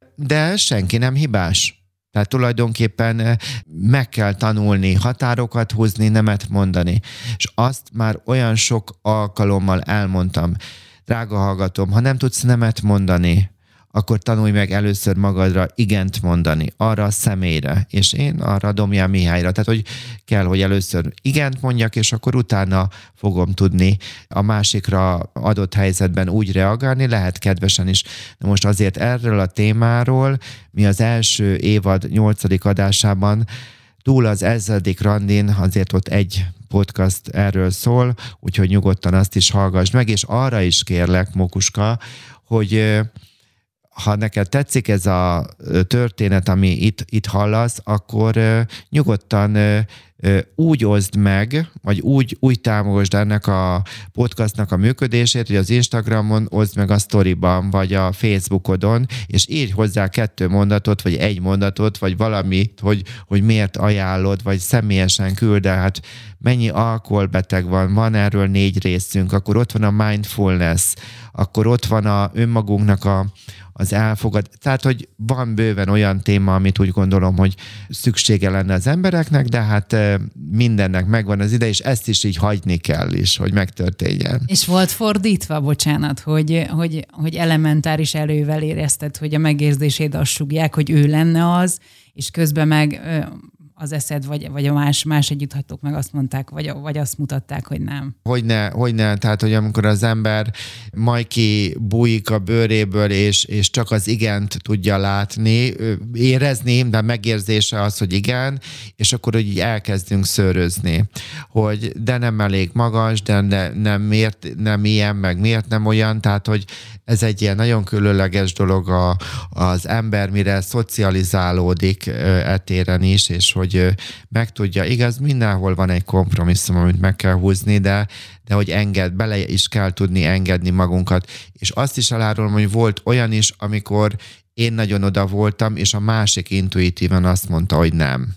de senki nem hibás. Tehát tulajdonképpen meg kell tanulni, határokat húzni, nemet mondani. És azt már olyan sok alkalommal elmondtam, drága hallgatom, ha nem tudsz nemet mondani, akkor tanulj meg először magadra igent mondani, arra a személyre, és én arra Domján Mihályra. Tehát, hogy kell, hogy először igent mondjak, és akkor utána fogom tudni a másikra adott helyzetben úgy reagálni, lehet kedvesen is. De most azért erről a témáról mi az első évad nyolcadik adásában túl az ezredik randin, azért ott egy podcast erről szól, úgyhogy nyugodtan azt is hallgass meg, és arra is kérlek, Mókuska, hogy ha neked tetszik ez a történet, ami itt, itt hallasz, akkor nyugodtan úgy oszd meg, vagy úgy, úgy támogasd ennek a podcastnak a működését, hogy az Instagramon oszd meg a sztoriban, vagy a Facebookodon, és írj hozzá kettő mondatot, vagy egy mondatot, vagy valamit, hogy, hogy miért ajánlod, vagy személyesen küld el. Hát mennyi alkoholbeteg van, van erről négy részünk, akkor ott van a mindfulness, akkor ott van a önmagunknak a az elfogad. Tehát, hogy van bőven olyan téma, amit úgy gondolom, hogy szüksége lenne az embereknek, de hát mindennek megvan az ide, és ezt is így hagyni kell is, hogy megtörténjen. És volt fordítva, bocsánat, hogy, hogy, hogy elementáris erővel érezted, hogy a megérzéséd azt sugják, hogy ő lenne az, és közben meg az eszed, vagy, vagy a más, más együtthatók meg azt mondták, vagy, vagy azt mutatták, hogy nem. Hogyne, hogyne, tehát, hogy amikor az ember majd ki bújik a bőréből, és, és csak az igent tudja látni, érezni, de megérzése az, hogy igen, és akkor úgy elkezdünk szőrözni, hogy de nem elég magas, de ne, nem, miért nem ilyen, meg miért nem olyan, tehát, hogy ez egy ilyen nagyon különleges dolog a, az ember, mire szocializálódik etéren is, és hogy megtudja, igaz, mindenhol van egy kompromisszum, amit meg kell húzni, de, de hogy enged, bele is kell tudni engedni magunkat. És azt is elárulom, hogy volt olyan is, amikor én nagyon oda voltam, és a másik intuitívan azt mondta, hogy nem.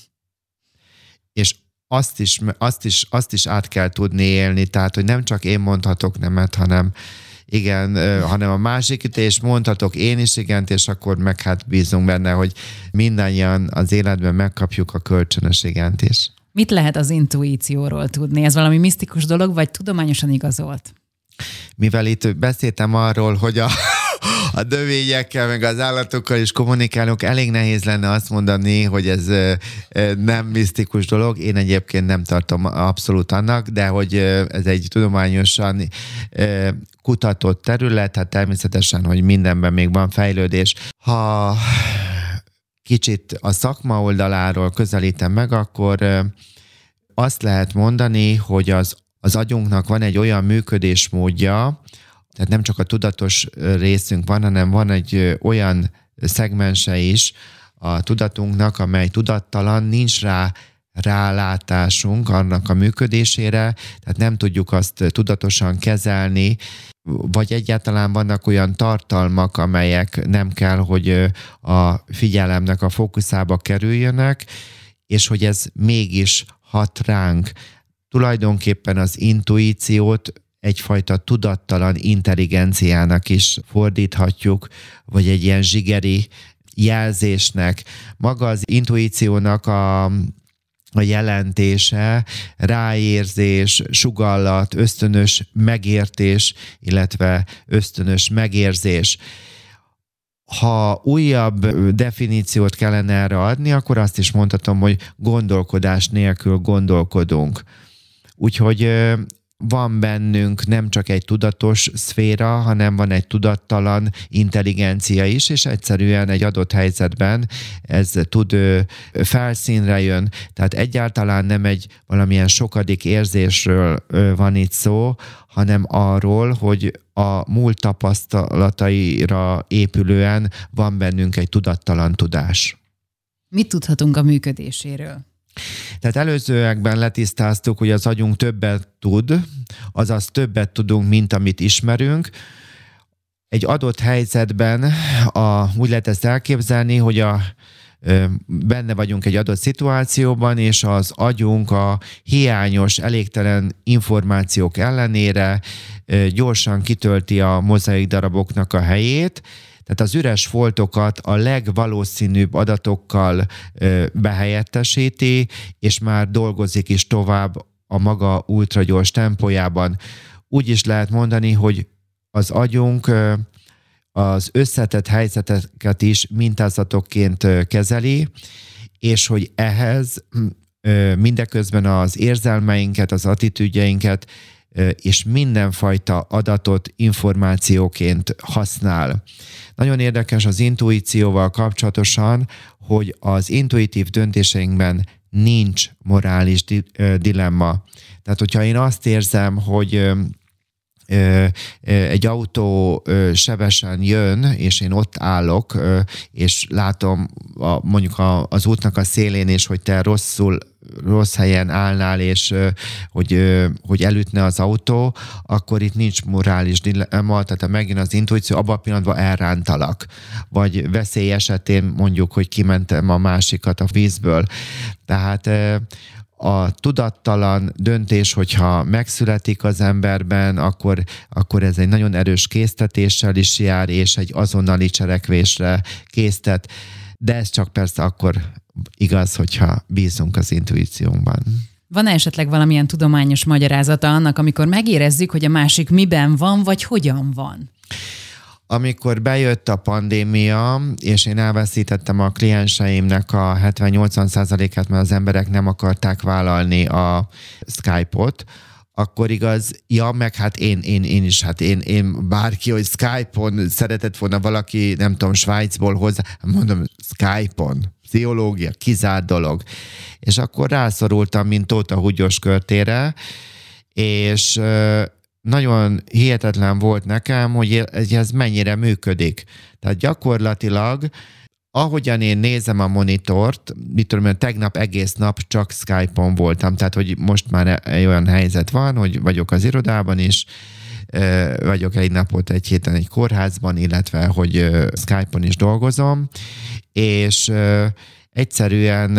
És azt is, azt is, azt is át kell tudni élni, tehát, hogy nem csak én mondhatok nemet, hanem igen, hanem a másik, és mondhatok én is igent, és akkor meg hát bízunk benne, hogy mindannyian az életben megkapjuk a kölcsönös igent is. Mit lehet az intuícióról tudni? Ez valami misztikus dolog, vagy tudományosan igazolt? Mivel itt beszéltem arról, hogy a, a növényekkel, meg az állatokkal is kommunikálunk, elég nehéz lenne azt mondani, hogy ez nem misztikus dolog. Én egyébként nem tartom abszolút annak, de hogy ez egy tudományosan kutatott terület, hát természetesen, hogy mindenben még van fejlődés. Ha kicsit a szakma oldaláról közelítem meg, akkor azt lehet mondani, hogy az, az agyunknak van egy olyan működésmódja, tehát nem csak a tudatos részünk van, hanem van egy olyan szegmense is a tudatunknak, amely tudattalan, nincs rá rálátásunk annak a működésére, tehát nem tudjuk azt tudatosan kezelni, vagy egyáltalán vannak olyan tartalmak, amelyek nem kell, hogy a figyelemnek a fókuszába kerüljönek, és hogy ez mégis hat ránk. Tulajdonképpen az intuíciót egyfajta tudattalan intelligenciának is fordíthatjuk, vagy egy ilyen zsigeri jelzésnek. Maga az intuíciónak a a jelentése, ráérzés, sugallat, ösztönös megértés, illetve ösztönös megérzés. Ha újabb definíciót kellene erre adni, akkor azt is mondhatom, hogy gondolkodás nélkül gondolkodunk. Úgyhogy van bennünk nem csak egy tudatos szféra, hanem van egy tudattalan intelligencia is, és egyszerűen egy adott helyzetben ez tud felszínre jön. Tehát egyáltalán nem egy valamilyen sokadik érzésről van itt szó, hanem arról, hogy a múlt tapasztalataira épülően van bennünk egy tudattalan tudás. Mit tudhatunk a működéséről? Tehát előzőekben letisztáztuk, hogy az agyunk többet tud, azaz többet tudunk, mint amit ismerünk. Egy adott helyzetben a, úgy lehet ezt elképzelni, hogy a, benne vagyunk egy adott szituációban, és az agyunk a hiányos, elégtelen információk ellenére gyorsan kitölti a mozaik daraboknak a helyét. Tehát az üres foltokat a legvalószínűbb adatokkal ö, behelyettesíti, és már dolgozik is tovább a maga ultragyors tempójában. Úgy is lehet mondani, hogy az agyunk ö, az összetett helyzeteket is mintázatokként ö, kezeli, és hogy ehhez ö, mindeközben az érzelmeinket, az attitűdjeinket és mindenfajta adatot információként használ. Nagyon érdekes az intuícióval kapcsolatosan, hogy az intuitív döntéseinkben nincs morális di- dilemma. Tehát, hogyha én azt érzem, hogy egy autó sebesen jön, és én ott állok, és látom a, mondjuk a, az útnak a szélén is, hogy te rosszul, rossz helyen állnál, és hogy, hogy elütne az autó, akkor itt nincs morális dilemma, tehát megint az intuíció, abban a pillanatban elrántalak. Vagy veszély esetén mondjuk, hogy kimentem a másikat a vízből. Tehát a tudattalan döntés, hogyha megszületik az emberben, akkor, akkor ez egy nagyon erős késztetéssel is jár, és egy azonnali cselekvésre késztet. De ez csak persze akkor igaz, hogyha bízunk az intuíciónkban. Van-e esetleg valamilyen tudományos magyarázata annak, amikor megérezzük, hogy a másik miben van, vagy hogyan van? Amikor bejött a pandémia, és én elveszítettem a klienseimnek a hetven-nyolcvan százalékát, mert az emberek nem akarták vállalni a Skype-ot, akkor igaz, ja, meg hát én, én, én is, hát én, én bárki, hogy Skype-on szeretett volna valaki, nem tudom, Svájcból hozzá, mondom, Skype-on, pszichológia, kizárt dolog. És akkor rászorultam, mint Tóth a Húgyos körtére, és nagyon hihetetlen volt nekem, hogy ez mennyire működik. Tehát gyakorlatilag, ahogyan én nézem a monitort, mit tudom, tegnap egész nap csak Skype-on voltam, tehát hogy most már olyan helyzet van, hogy vagyok az irodában is, vagyok egy napot egy héten egy kórházban, illetve hogy Skype-on is dolgozom, és egyszerűen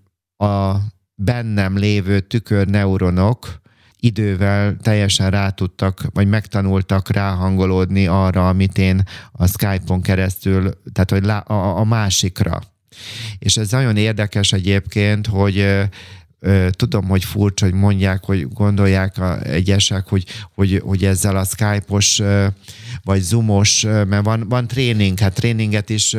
a bennem lévő tükörneuronok idővel teljesen rá tudtak, vagy megtanultak ráhangolódni arra, amit én a Skype-on keresztül, tehát hogy lá, a, a másikra. És ez nagyon érdekes egyébként, hogy ö, tudom, hogy furcsa, hogy mondják, hogy gondolják a egyesek, hogy, hogy, hogy ezzel a Skype-os ö, vagy Zoom-os, mert van, van tréning, hát tréninget is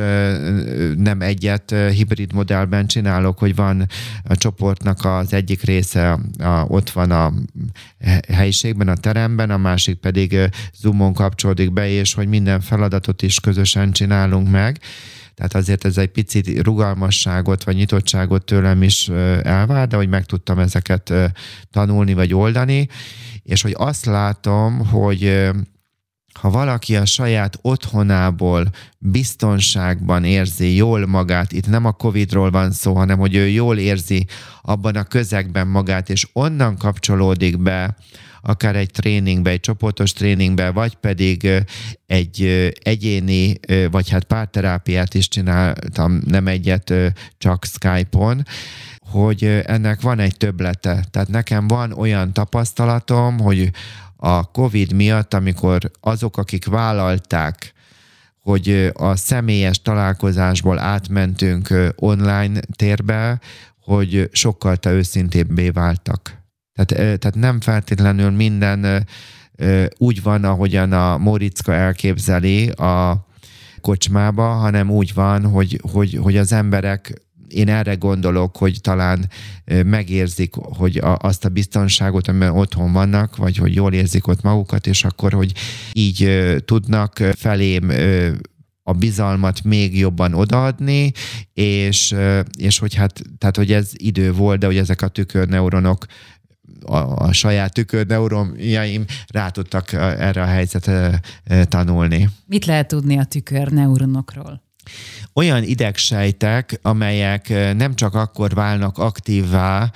nem egyet hibrid modellben csinálok, hogy van a csoportnak az egyik része a, ott van a helyiségben, a teremben, a másik pedig Zoom-on kapcsolódik be, és hogy minden feladatot is közösen csinálunk meg. Tehát azért ez egy picit rugalmasságot vagy nyitottságot tőlem is elvár, de hogy meg tudtam ezeket tanulni vagy oldani, és hogy azt látom, hogy ha valaki a saját otthonából biztonságban érzi jól magát, itt nem a Covidról van szó, hanem hogy ő jól érzi abban a közegben magát, és onnan kapcsolódik be akár egy tréningbe, egy csoportos tréningbe, vagy pedig egy egyéni, vagy hát párterápiát is csináltam, nem egyet, csak Skype-on, hogy ennek van egy többlete. Tehát nekem van olyan tapasztalatom, hogy a Covid miatt, amikor azok, akik vállalták, hogy a személyes találkozásból átmentünk online térbe, hogy sokkal te őszintébbé váltak. Tehát, tehát nem feltétlenül minden úgy van, ahogyan a Móriczka elképzeli a kocsmába, hanem úgy van, hogy, hogy, hogy az emberek, én erre gondolok, hogy talán megérzik, hogy a, azt a biztonságot, amiben otthon vannak, vagy hogy jól érzik ott magukat, és akkor, hogy így tudnak felém a bizalmat még jobban odaadni, és, és hogy hát, tehát, hogy ez idő volt, de hogy ezek a tükörneuronok, a, a saját tükörneuronjaim rá tudtak erre a helyzetre tanulni. Mit lehet tudni a tükörneuronokról? Olyan idegsejtek, amelyek nem csak akkor válnak aktívvá,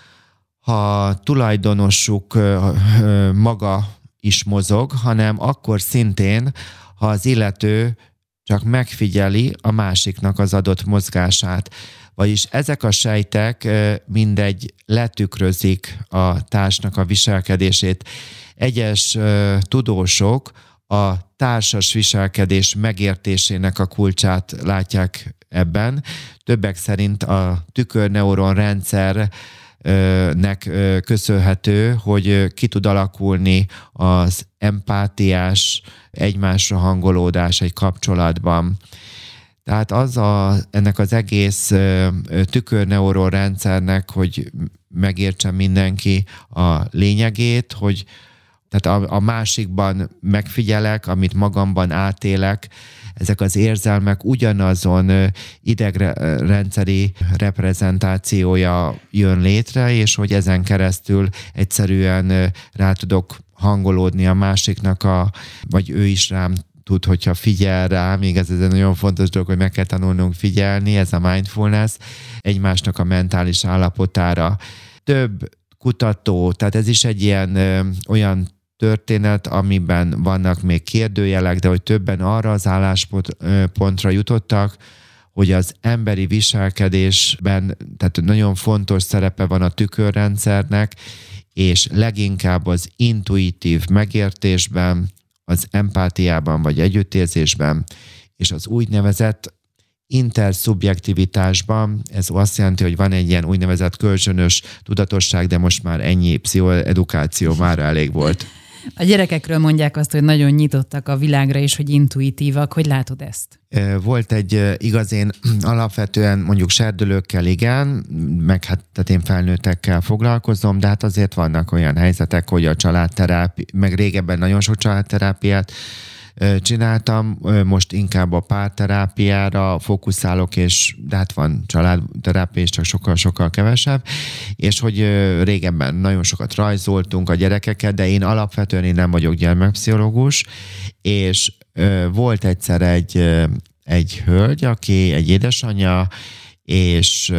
ha tulajdonosuk maga is mozog, hanem akkor szintén, ha az illető csak megfigyeli a másiknak az adott mozgását. Vagyis ezek a sejtek mindegy letükrözik a társnak a viselkedését. Egyes tudósok a társas viselkedés megértésének a kulcsát látják ebben. Többek szerint a tükörneuron rendszernek köszönhető, hogy ki tud alakulni az empátiás, egymásra hangolódás egy kapcsolatban. Tehát az a, ennek az egész tükörneuron rendszernek, hogy megértsen mindenki a lényegét, hogy tehát a, a másikban megfigyelek, amit magamban átélek, ezek az érzelmek ugyanazon idegrendszeri reprezentációja jön létre, és hogy ezen keresztül egyszerűen rá tudok hangolódni a másiknak, a, vagy ő is rám tud, hogyha figyel rá, még ez, ez egy nagyon fontos dolog, hogy meg kell tanulnunk figyelni, ez a mindfulness, egymásnak a mentális állapotára. Több kutató, tehát ez is egy ilyen ö, olyan történet, amiben vannak még kérdőjelek, de hogy többen arra az álláspontra jutottak, hogy az emberi viselkedésben, tehát nagyon fontos szerepe van a tükörrendszernek, és leginkább az intuitív megértésben, az empátiában vagy együttérzésben, és az úgynevezett interszubjektivitásban, ez azt jelenti, hogy van egy ilyen úgynevezett kölcsönös tudatosság, de most már ennyi pszichoedukáció már elég volt. A gyerekekről mondják azt, hogy nagyon nyitottak a világra, és hogy intuitívak. Hogy látod ezt? Volt egy igaz, én alapvetően mondjuk serdülőkkel igen, meg hát tehát én felnőttekkel foglalkozom, de hát azért vannak olyan helyzetek, hogy a családterápia, meg régebben nagyon sok családterápiát csináltam, most inkább a párterápiára fókuszálok, és de hát van családterápia, és csak sokkal-sokkal kevesebb, és hogy régebben nagyon sokat rajzoltunk a gyerekeket, de én alapvetően én nem vagyok gyermekpszichológus, és volt egyszer egy, egy hölgy, aki egy édesanyja, és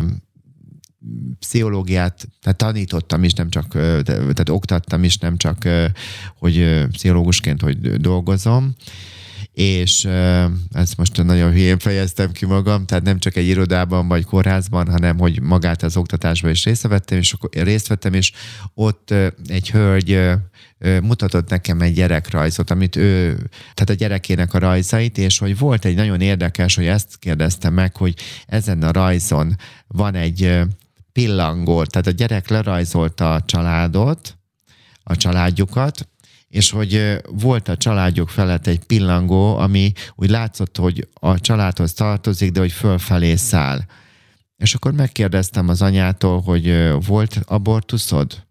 pszichológiát, tehát tanítottam is, nem csak, tehát oktattam is, nem csak, hogy pszichológusként, hogy dolgozom, és ezt most nagyon hülyén fejeztem ki magam, tehát nem csak egy irodában vagy kórházban, hanem hogy magát az oktatásban is részt vettem, és akkor részt vettem, és ott egy hölgy mutatott nekem egy gyerekrajzot, amit ő, tehát a gyerekének a rajzait, és hogy volt egy nagyon érdekes, hogy ezt kérdeztem meg, hogy ezen a rajzon van egy pillangó, tehát a gyerek lerajzolta a családot, a családjukat, és hogy volt a családjuk felett egy pillangó, ami úgy látszott, hogy a családhoz tartozik, de hogy fölfelé száll. És akkor megkérdeztem az anyától, hogy volt abortuszod?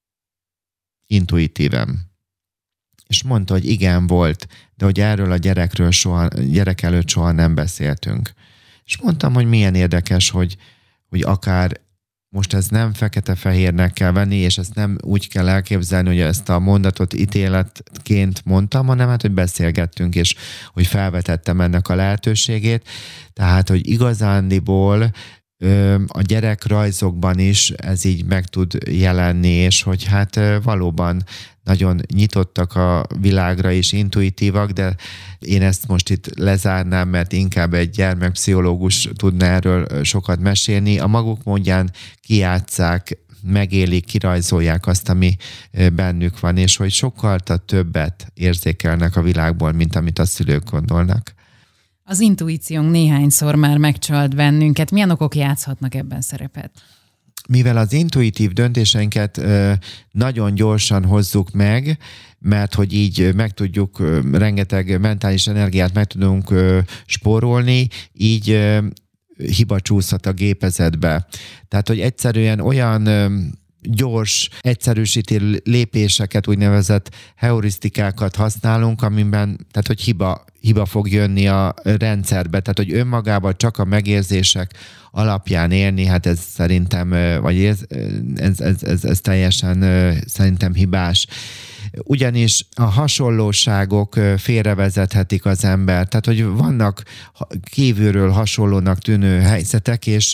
Intuitíven. És mondta, hogy igen, volt, de hogy erről a gyerekről soha, gyerek előtt soha nem beszéltünk. És mondtam, hogy milyen érdekes, hogy, hogy akár most ez nem fekete-fehérnek kell venni, és ezt nem úgy kell elképzelni, hogy ezt a mondatot ítéletként mondtam, hanem hát, hogy beszélgettünk, és hogy felvetettem ennek a lehetőségét. Tehát, hogy igazándiból a gyerekrajzokban is ez így meg tud jelenni, és hogy hát valóban nagyon nyitottak a világra és intuitívak, de én ezt most itt lezárnám, mert inkább egy gyermekpszichológus tudna erről sokat mesélni. A maguk módján kijátsszák, megélik, kirajzolják azt, ami bennük van, és hogy sokkal többet érzékelnek a világból, mint amit a szülők gondolnak. Az intuíciónk néhányszor már megcsalt bennünket. Milyen okok játszhatnak ebben szerepet? Mivel az intuitív döntéseinket nagyon gyorsan hozzuk meg, mert hogy így meg tudjuk, rengeteg mentális energiát meg tudunk spórolni, így hiba csúszhat a gépezetbe. Tehát, hogy egyszerűen olyan gyors, egyszerűsítő lépéseket, úgynevezett heurisztikákat használunk, amiben, tehát hogy hiba, hiba fog jönni a rendszerbe, tehát hogy önmagában csak a megérzések alapján élni, hát ez szerintem, vagy ez, ez, ez, ez, ez teljesen szerintem hibás. Ugyanis a hasonlóságok félrevezethetik az ember, tehát hogy vannak kívülről hasonlónak tűnő helyzetek, és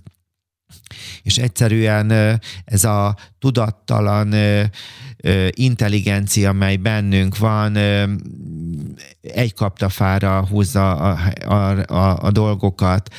és egyszerűen ez a tudattalan intelligencia, amely bennünk van, egy kaptafára húzza a, a, a, a dolgokat.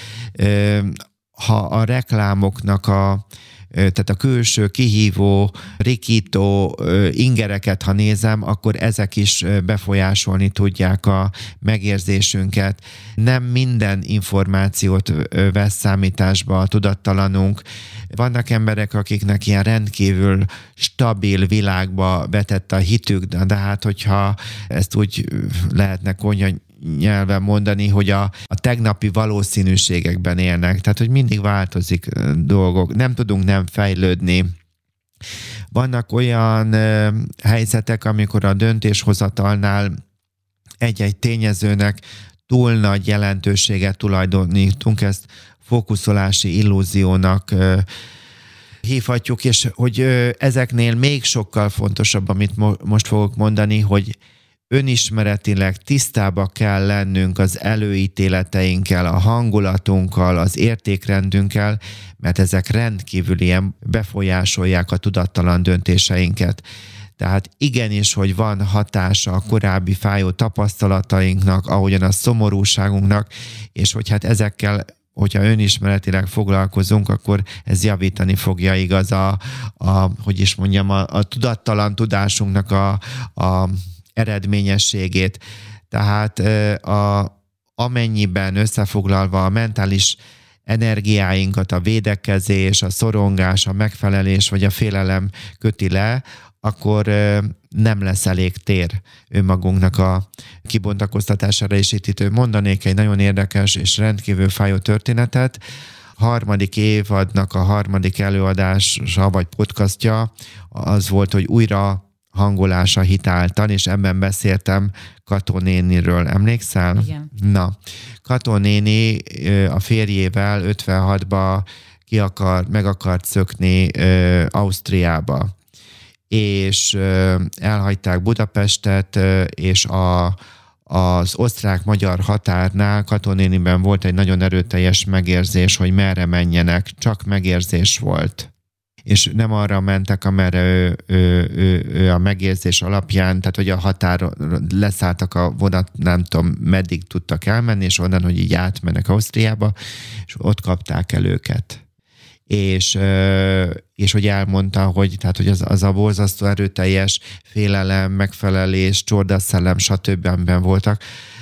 Ha a reklámoknak a tehát a külső kihívó, rikító ingereket, ha nézem, akkor ezek is befolyásolni tudják a megérzésünket. Nem minden információt vesz számításba a tudattalanunk. Vannak emberek, akiknek ilyen rendkívül stabil világba vetett a hitük, de hát hogyha ezt úgy lehetne konyha nyelven mondani, hogy a, a tegnapi valószínűségekben élnek, tehát hogy mindig változik dolgok, nem tudunk nem fejlődni. Vannak olyan ö, helyzetek, amikor a döntéshozatalnál egy-egy tényezőnek túl nagy jelentőséget tulajdonítunk, ezt fókuszolási illúziónak ö, hívhatjuk, és hogy ö, ezeknél még sokkal fontosabb, amit mo- most fogok mondani, hogy önismeretileg tisztába kell lennünk az előítéleteinkkel, a hangulatunkkal, az értékrendünkkel, mert ezek rendkívül ilyen befolyásolják a tudattalan döntéseinket. Tehát igenis, hogy van hatása a korábbi fájó tapasztalatainknak, ahogyan a szomorúságunknak, és hogy hát ezekkel, hogyha önismeretileg foglalkozunk, akkor ez javítani fogja igaz a, a hogy is mondjam, a, a tudattalan tudásunknak a, a eredményességét. Tehát a, amennyiben összefoglalva a mentális energiáinkat a védekezés, a szorongás, a megfelelés vagy a félelem köti le, akkor nem lesz elég tér önmagunknak a kibontakoztatására, és itt mondanék egy nagyon érdekes és rendkívül fájó történetet. Harmadik évadnak a harmadik előadása vagy podcastja az volt, hogy újra hangolása hitáltal, és ebben beszéltem Kató néniről. Emlékszel? Igen. Na, Kató néni a férjével ötvenhatban ki akar, meg akart szökni ö, Ausztriába, és ö, elhagyták Budapestet, ö, és a, az osztrák-magyar határnál Kató néniben volt egy nagyon erőteljes megérzés, hogy merre menjenek, csak megérzés volt. És nem arra mentek, amerre ő, ő, ő, ő a megérzés alapján, tehát hogy a határon leszálltak a vonat, nem tudom, meddig tudtak elmenni, és onnan, hogy így átmennek Ausztriába, és ott kapták el őket. És, és hogy elmondta, hogy, tehát, hogy az, az a borzasztó erőteljes félelem, megfelelés, csordaszellem, stb. Amiben voltak,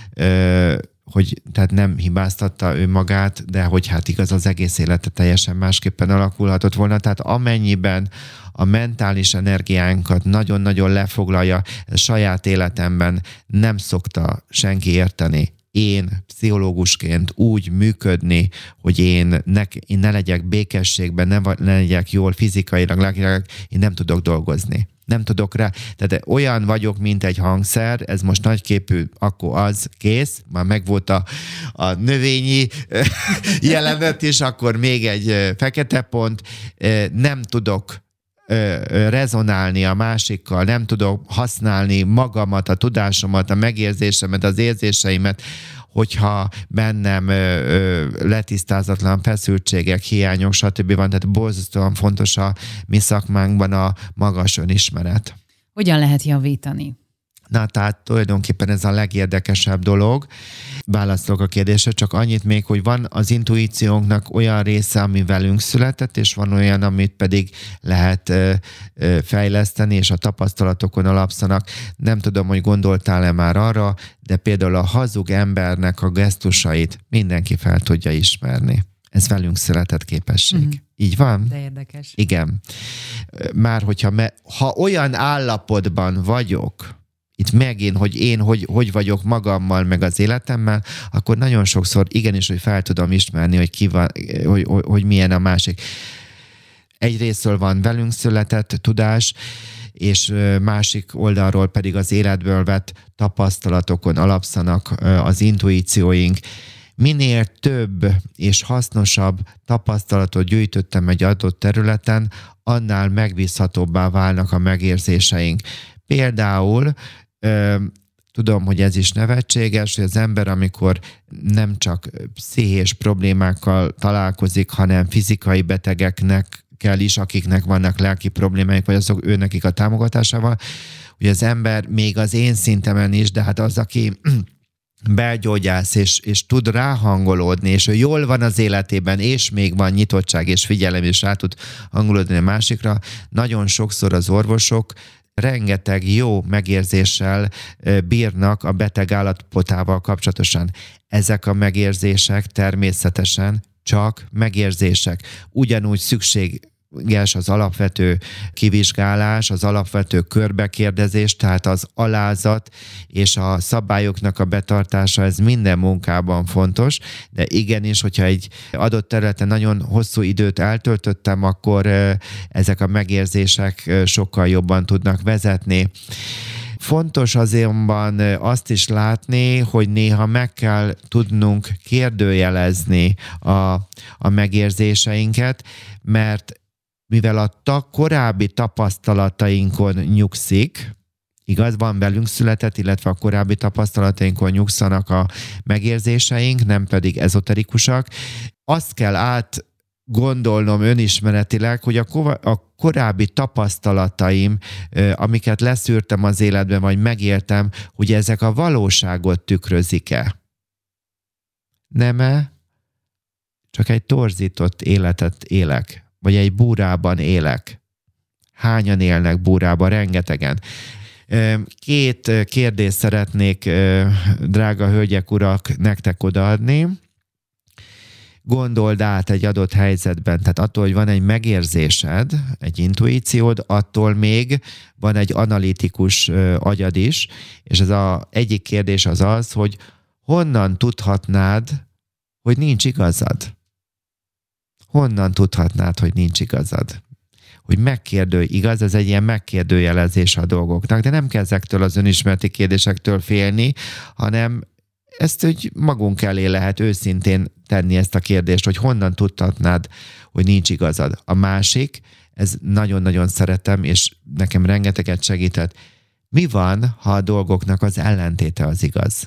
hogy tehát nem hibáztatta ő magát, de hogy hát igaz, az egész élete teljesen másképpen alakulhatott volna. Tehát amennyiben a mentális energiánkat nagyon-nagyon lefoglalja, saját életemben nem szokta senki érteni. Én pszichológusként úgy működni, hogy én ne, én ne legyek békességben, ne, ne legyek jól fizikailag, lelkileg, én nem tudok dolgozni. Nem tudok rá, tehát olyan vagyok, mint egy hangszer, ez most nagyképű, akkor az kész, már megvolt a, a növényi jelenet, és akkor még egy fekete pont, nem tudok rezonálni a másikkal, nem tudok használni magamat, a tudásomat, a megérzésemet, az érzéseimet, hogyha bennem ö, ö, letisztázatlan feszültségek, hiányok, stb. Van, tehát borzasztóan fontos a mi szakmánkban a magas önismeret. Hogyan lehet javítani? Na, tehát tulajdonképpen ez a legérdekesebb dolog. Válaszolok a kérdésre, csak annyit még, hogy van az intuíciónknak olyan része, ami velünk született, és van olyan, amit pedig lehet ö, ö, fejleszteni, és a tapasztalatokon alapszanak. Nem tudom, hogy gondoltál-e már arra, de például a hazug embernek a gesztusait mindenki fel tudja ismerni. Ez velünk született képesség. Mm. Így van? De érdekes. Igen. Már hogyha me, ha olyan állapotban vagyok, itt megint, hogy én hogy, hogy vagyok magammal, meg az életemmel, akkor nagyon sokszor igenis, hogy fel tudom ismerni, hogy, ki van, hogy, hogy, hogy milyen a másik. Egyrésztről van velünk született tudás, és másik oldalról pedig az életből vett tapasztalatokon alapszanak az intuícióink. Minél több és hasznosabb tapasztalatot gyűjtöttem egy adott területen, annál megbízhatóbbá válnak a megérzéseink. Például tudom, hogy ez is nevetséges, hogy az ember, amikor nem csak pszichés problémákkal találkozik, hanem fizikai betegeknek kell is, akiknek vannak lelki problémáik, vagy azok ő nekik a támogatásával, hogy az ember még az én szintemen is, de hát az, aki belgyógyász, és, és tud ráhangolódni, és ő jól van az életében, és még van nyitottság és figyelem, és rá tud hangolódni a másikra, nagyon sokszor az orvosok rengeteg jó megérzéssel bírnak a beteg állapotával kapcsolatosan. Ezek a megérzések természetesen csak megérzések. Ugyanúgy szükség az alapvető kivizsgálás, az alapvető körbekérdezés, tehát az alázat és a szabályoknak a betartása, ez minden munkában fontos, de igenis, hogyha egy adott területen nagyon hosszú időt eltöltöttem, akkor ezek a megérzések sokkal jobban tudnak vezetni. Fontos azonban azt is látni, hogy néha meg kell tudnunk kérdőjelezni a, a megérzéseinket, mert mivel a ta, korábbi tapasztalatainkon nyugszik, igaz, van velünk született, illetve a korábbi tapasztalatainkon nyugszanak a megérzéseink, nem pedig ezoterikusak, azt kell át gondolnom önismeretileg, hogy a, ko- a korábbi tapasztalataim, amiket leszűrtem az életben, vagy megéltem, hogy ezek a valóságot tükrözik-e. Nem-e? Csak egy torzított életet élek, vagy egy búrában élek. Hányan élnek búrában? Rengetegen. Két kérdést szeretnék, drága hölgyek, urak, nektek odaadni. Gondold át egy adott helyzetben, tehát attól, hogy van egy megérzésed, egy intuíciód, attól még van egy analitikus agyad is, és ez az egyik kérdés az az, hogy honnan tudhatnád, hogy nincs igazad? Honnan tudhatnád, hogy nincs igazad? Hogy megkérdő, igaz, ez egy ilyen megkérdőjelezés a dolgoknak, de nem kell ezektől az önismereti kérdésektől félni, hanem ezt úgy magunk elé lehet őszintén tenni ezt a kérdést, hogy honnan tudhatnád, hogy nincs igazad. A másik, ez nagyon-nagyon szeretem, és nekem rengeteget segített. Mi van, ha a dolgoknak az ellentéte az igaz?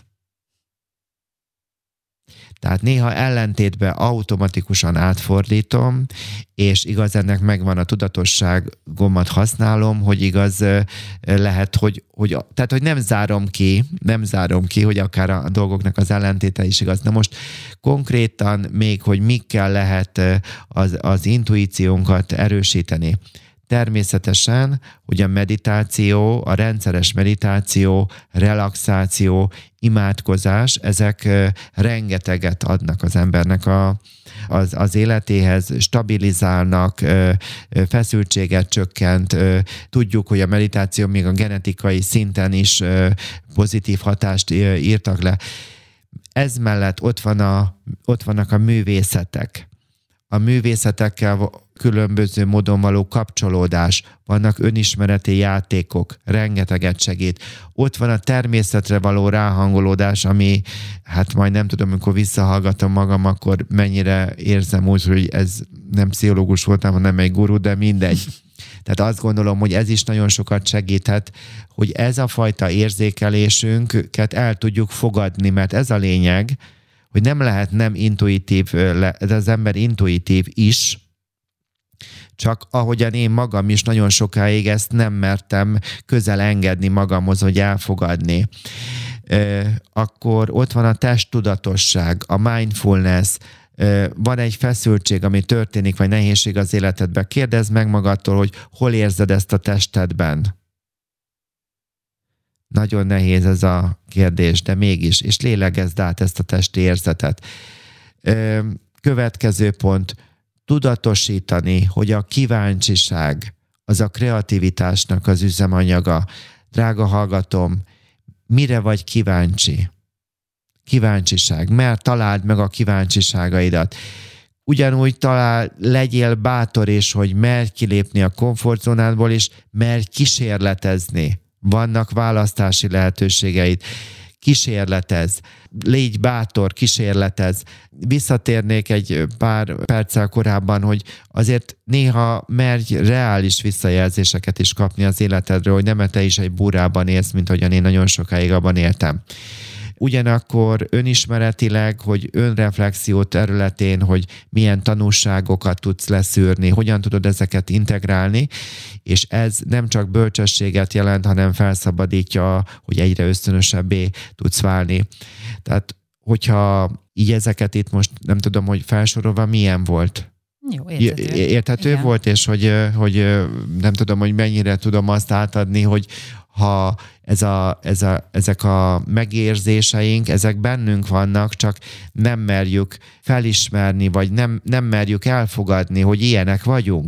Tehát néha ellentétbe automatikusan átfordítom, és igaz, ennek megvan a tudatosságomat használom, hogy igaz lehet, hogy, hogy, tehát, hogy nem zárom ki, nem zárom ki, hogy akár a dolgoknak az ellentéte is igaz. Na most konkrétan még, hogy mikkel lehet az, az intuíciónkat erősíteni. Természetesen, hogy a meditáció, a rendszeres meditáció, relaxáció, imádkozás, ezek rengeteget adnak az embernek a, az, az életéhez, stabilizálnak, feszültséget csökkent. Tudjuk, hogy a meditáció még a genetikai szinten is pozitív hatást írtak le. Ez mellett ott, van a, ott vannak a művészetek. A művészetekkel különböző módon való kapcsolódás, vannak önismereti játékok, rengeteget segít. Ott van a természetre való ráhangolódás, ami, hát majd nem tudom, amikor visszahallgatom magam, akkor mennyire érzem úgy, hogy ez nem pszichológus voltam, hanem egy guru, de mindegy. Tehát azt gondolom, hogy ez is nagyon sokat segíthet, hogy ez a fajta érzékelésünket el tudjuk fogadni, mert ez a lényeg, hogy nem lehet nem intuitív, de az ember intuitív is, csak ahogyan én magam is nagyon sokáig ezt nem mertem közel engedni magamhoz, hogy elfogadni. Akkor ott van a testtudatosság, a mindfulness, van egy feszültség, ami történik, vagy nehézség az életedben. Kérdezd meg magadtól, hogy hol érzed ezt a testedben. Nagyon nehéz ez a kérdés, de mégis, és lélegezd át ezt a testi érzetet. Következő pont, tudatosítani, hogy a kíváncsiság az a kreativitásnak az üzemanyaga. Drága hallgatom, mire vagy kíváncsi? Kíváncsiság, mert találd meg a kíváncsiságaidat. Ugyanúgy talál, legyél bátor, és hogy merj kilépni a komfortzónádból, és merj kísérletezni. Vannak választási lehetőségeid. Kísérletez, légy bátor, kísérletez. Visszatérnék egy pár perccel korábban, hogy azért néha merj reális visszajelzéseket is kapni az életedről, hogy nem te is egy búrában élsz, mint ahogyan én nagyon sokáig abban éltem. Ugyanakkor önismeretileg, hogy önreflexió területén, hogy milyen tanulságokat tudsz leszűrni, hogyan tudod ezeket integrálni, és ez nem csak bölcsességet jelent, hanem felszabadítja, hogy egyre ösztönösebbé tudsz válni. Tehát, hogyha így ezeket itt most nem tudom, hogy felsorolva milyen volt? Jó, érthető. Érthető Igen. volt, és hogy, hogy nem tudom, hogy mennyire tudom azt átadni, hogy ha ez a, ez a, ezek a megérzéseink, ezek bennünk vannak, csak nem merjük felismerni, vagy nem, nem merjük elfogadni, hogy ilyenek vagyunk.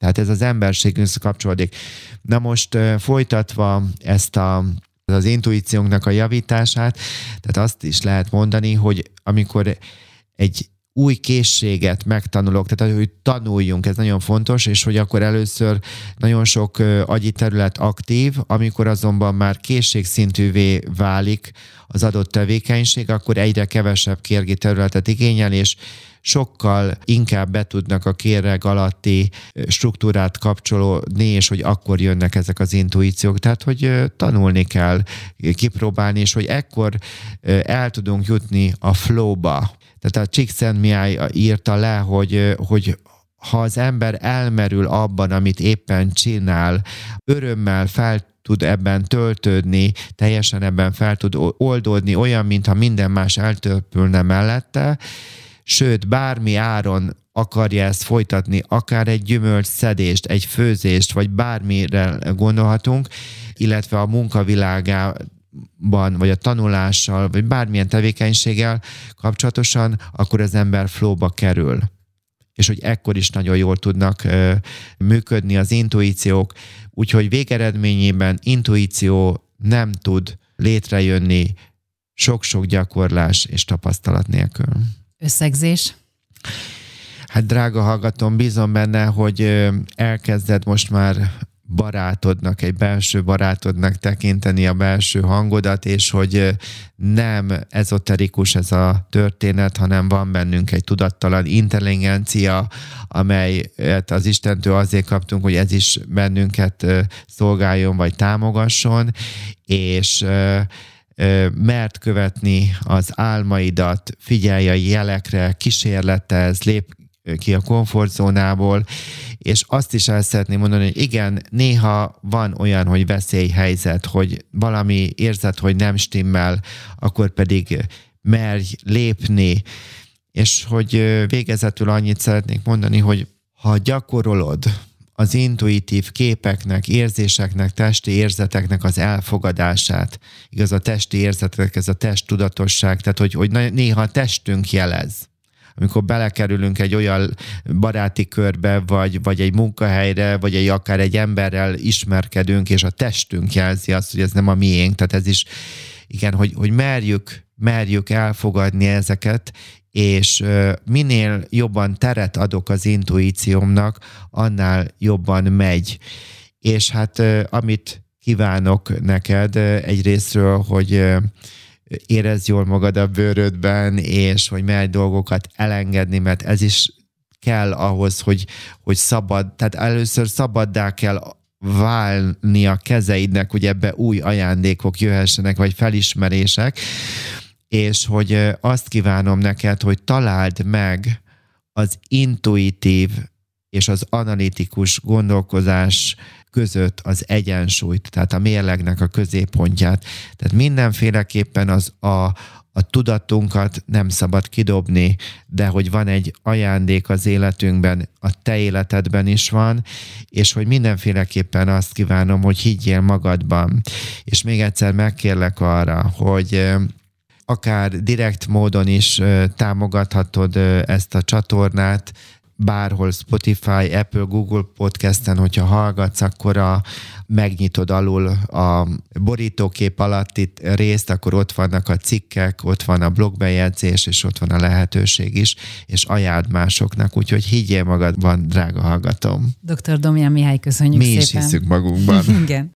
Tehát ez az emberségünkhöz kapcsolódik. Na most folytatva ezt a, az intuíciónknak a javítását, tehát azt is lehet mondani, hogy amikor egy új készséget megtanulok, tehát hogy tanuljunk, ez nagyon fontos, és hogy akkor először nagyon sok agyi terület aktív, amikor azonban már készségszintűvé válik az adott tevékenység, akkor egyre kevesebb kérgi területet igényel, és sokkal inkább be tudnak a kéreg alatti struktúrát kapcsolódni, és hogy akkor jönnek ezek az intuíciók. Tehát, hogy tanulni kell, kipróbálni, és hogy ekkor el tudunk jutni a flow-ba. Tehát a Csikszentmihalyi írta le, hogy, hogy ha az ember elmerül abban, amit éppen csinál, örömmel fel tud ebben töltődni, teljesen ebben fel tud oldódni, olyan, mintha minden más eltörpülne mellette, sőt, bármi áron akarja ezt folytatni, akár egy gyümölcsszedést, egy főzést, vagy bármire gondolhatunk, illetve a munkavilágában, vagy a tanulással, vagy bármilyen tevékenységgel kapcsolatosan, akkor az ember flowba kerül. És hogy ekkor is nagyon jól tudnak ö, működni az intuíciók, úgyhogy végeredményében intuíció nem tud létrejönni sok-sok gyakorlás és tapasztalat nélkül. Összegzés? Hát drága hallgatom, bízom benne, hogy elkezded most már barátodnak, egy belső barátodnak tekinteni a belső hangodat, és hogy nem ezoterikus ez a történet, hanem van bennünk egy tudattalan intelligencia, amelyet az Istentől azért kaptunk, hogy ez is bennünket szolgáljon, vagy támogasson, és mert követni az álmaidat, figyelj a jelekre, kísérletez, lép ki a komfortzónából, és azt is el szeretném mondani, hogy igen, néha van olyan, hogy veszélyhelyzet, hogy valami érzed, hogy nem stimmel, akkor pedig merj lépni, és hogy végezetül annyit szeretnék mondani, hogy ha gyakorolod az intuitív képeknek, érzéseknek, testi érzeteknek az elfogadását, igaz, a testi érzetek, ez a testtudatosság, tehát hogy, hogy néha a testünk jelez. Amikor belekerülünk egy olyan baráti körbe, vagy, vagy egy munkahelyre, vagy egy, akár egy emberrel ismerkedünk, és a testünk jelzi azt, hogy ez nem a miénk. Tehát ez is, igen, hogy, hogy merjük, merjük elfogadni ezeket, és minél jobban teret adok az intuíciómnak, annál jobban megy. És hát amit kívánok neked egyrésztről, hogy érezd jól magad a bőrödben, és hogy merj dolgokat elengedni, mert ez is kell ahhoz, hogy, hogy szabad, tehát először szabaddá kell válni a kezeidnek, hogy ebbe új ajándékok jöhessenek, vagy felismerések, és hogy azt kívánom neked, hogy találd meg az intuitív és az analitikus gondolkozás között az egyensúlyt, tehát a mérlegnek a középpontját. Tehát mindenféleképpen az a, a tudatunkat nem szabad kidobni, de hogy van egy ajándék az életünkben, a te életedben is van, és hogy mindenféleképpen azt kívánom, hogy higgyél magadban. És még egyszer megkérlek arra, hogy akár direkt módon is támogathatod ezt a csatornát, bárhol Spotify, Apple, Google Podcasten, hogyha hallgatsz, akkor a, megnyitod alul a borítókép alatti részt, akkor ott vannak a cikkek, ott van a blogbejegyzés, és ott van a lehetőség is, és ajánld másoknak, úgyhogy higgyél magadban, drága hallgatom. doktor Domján Mihály, köszönjük Mi szépen. Mi is hiszünk magunkban. Igen.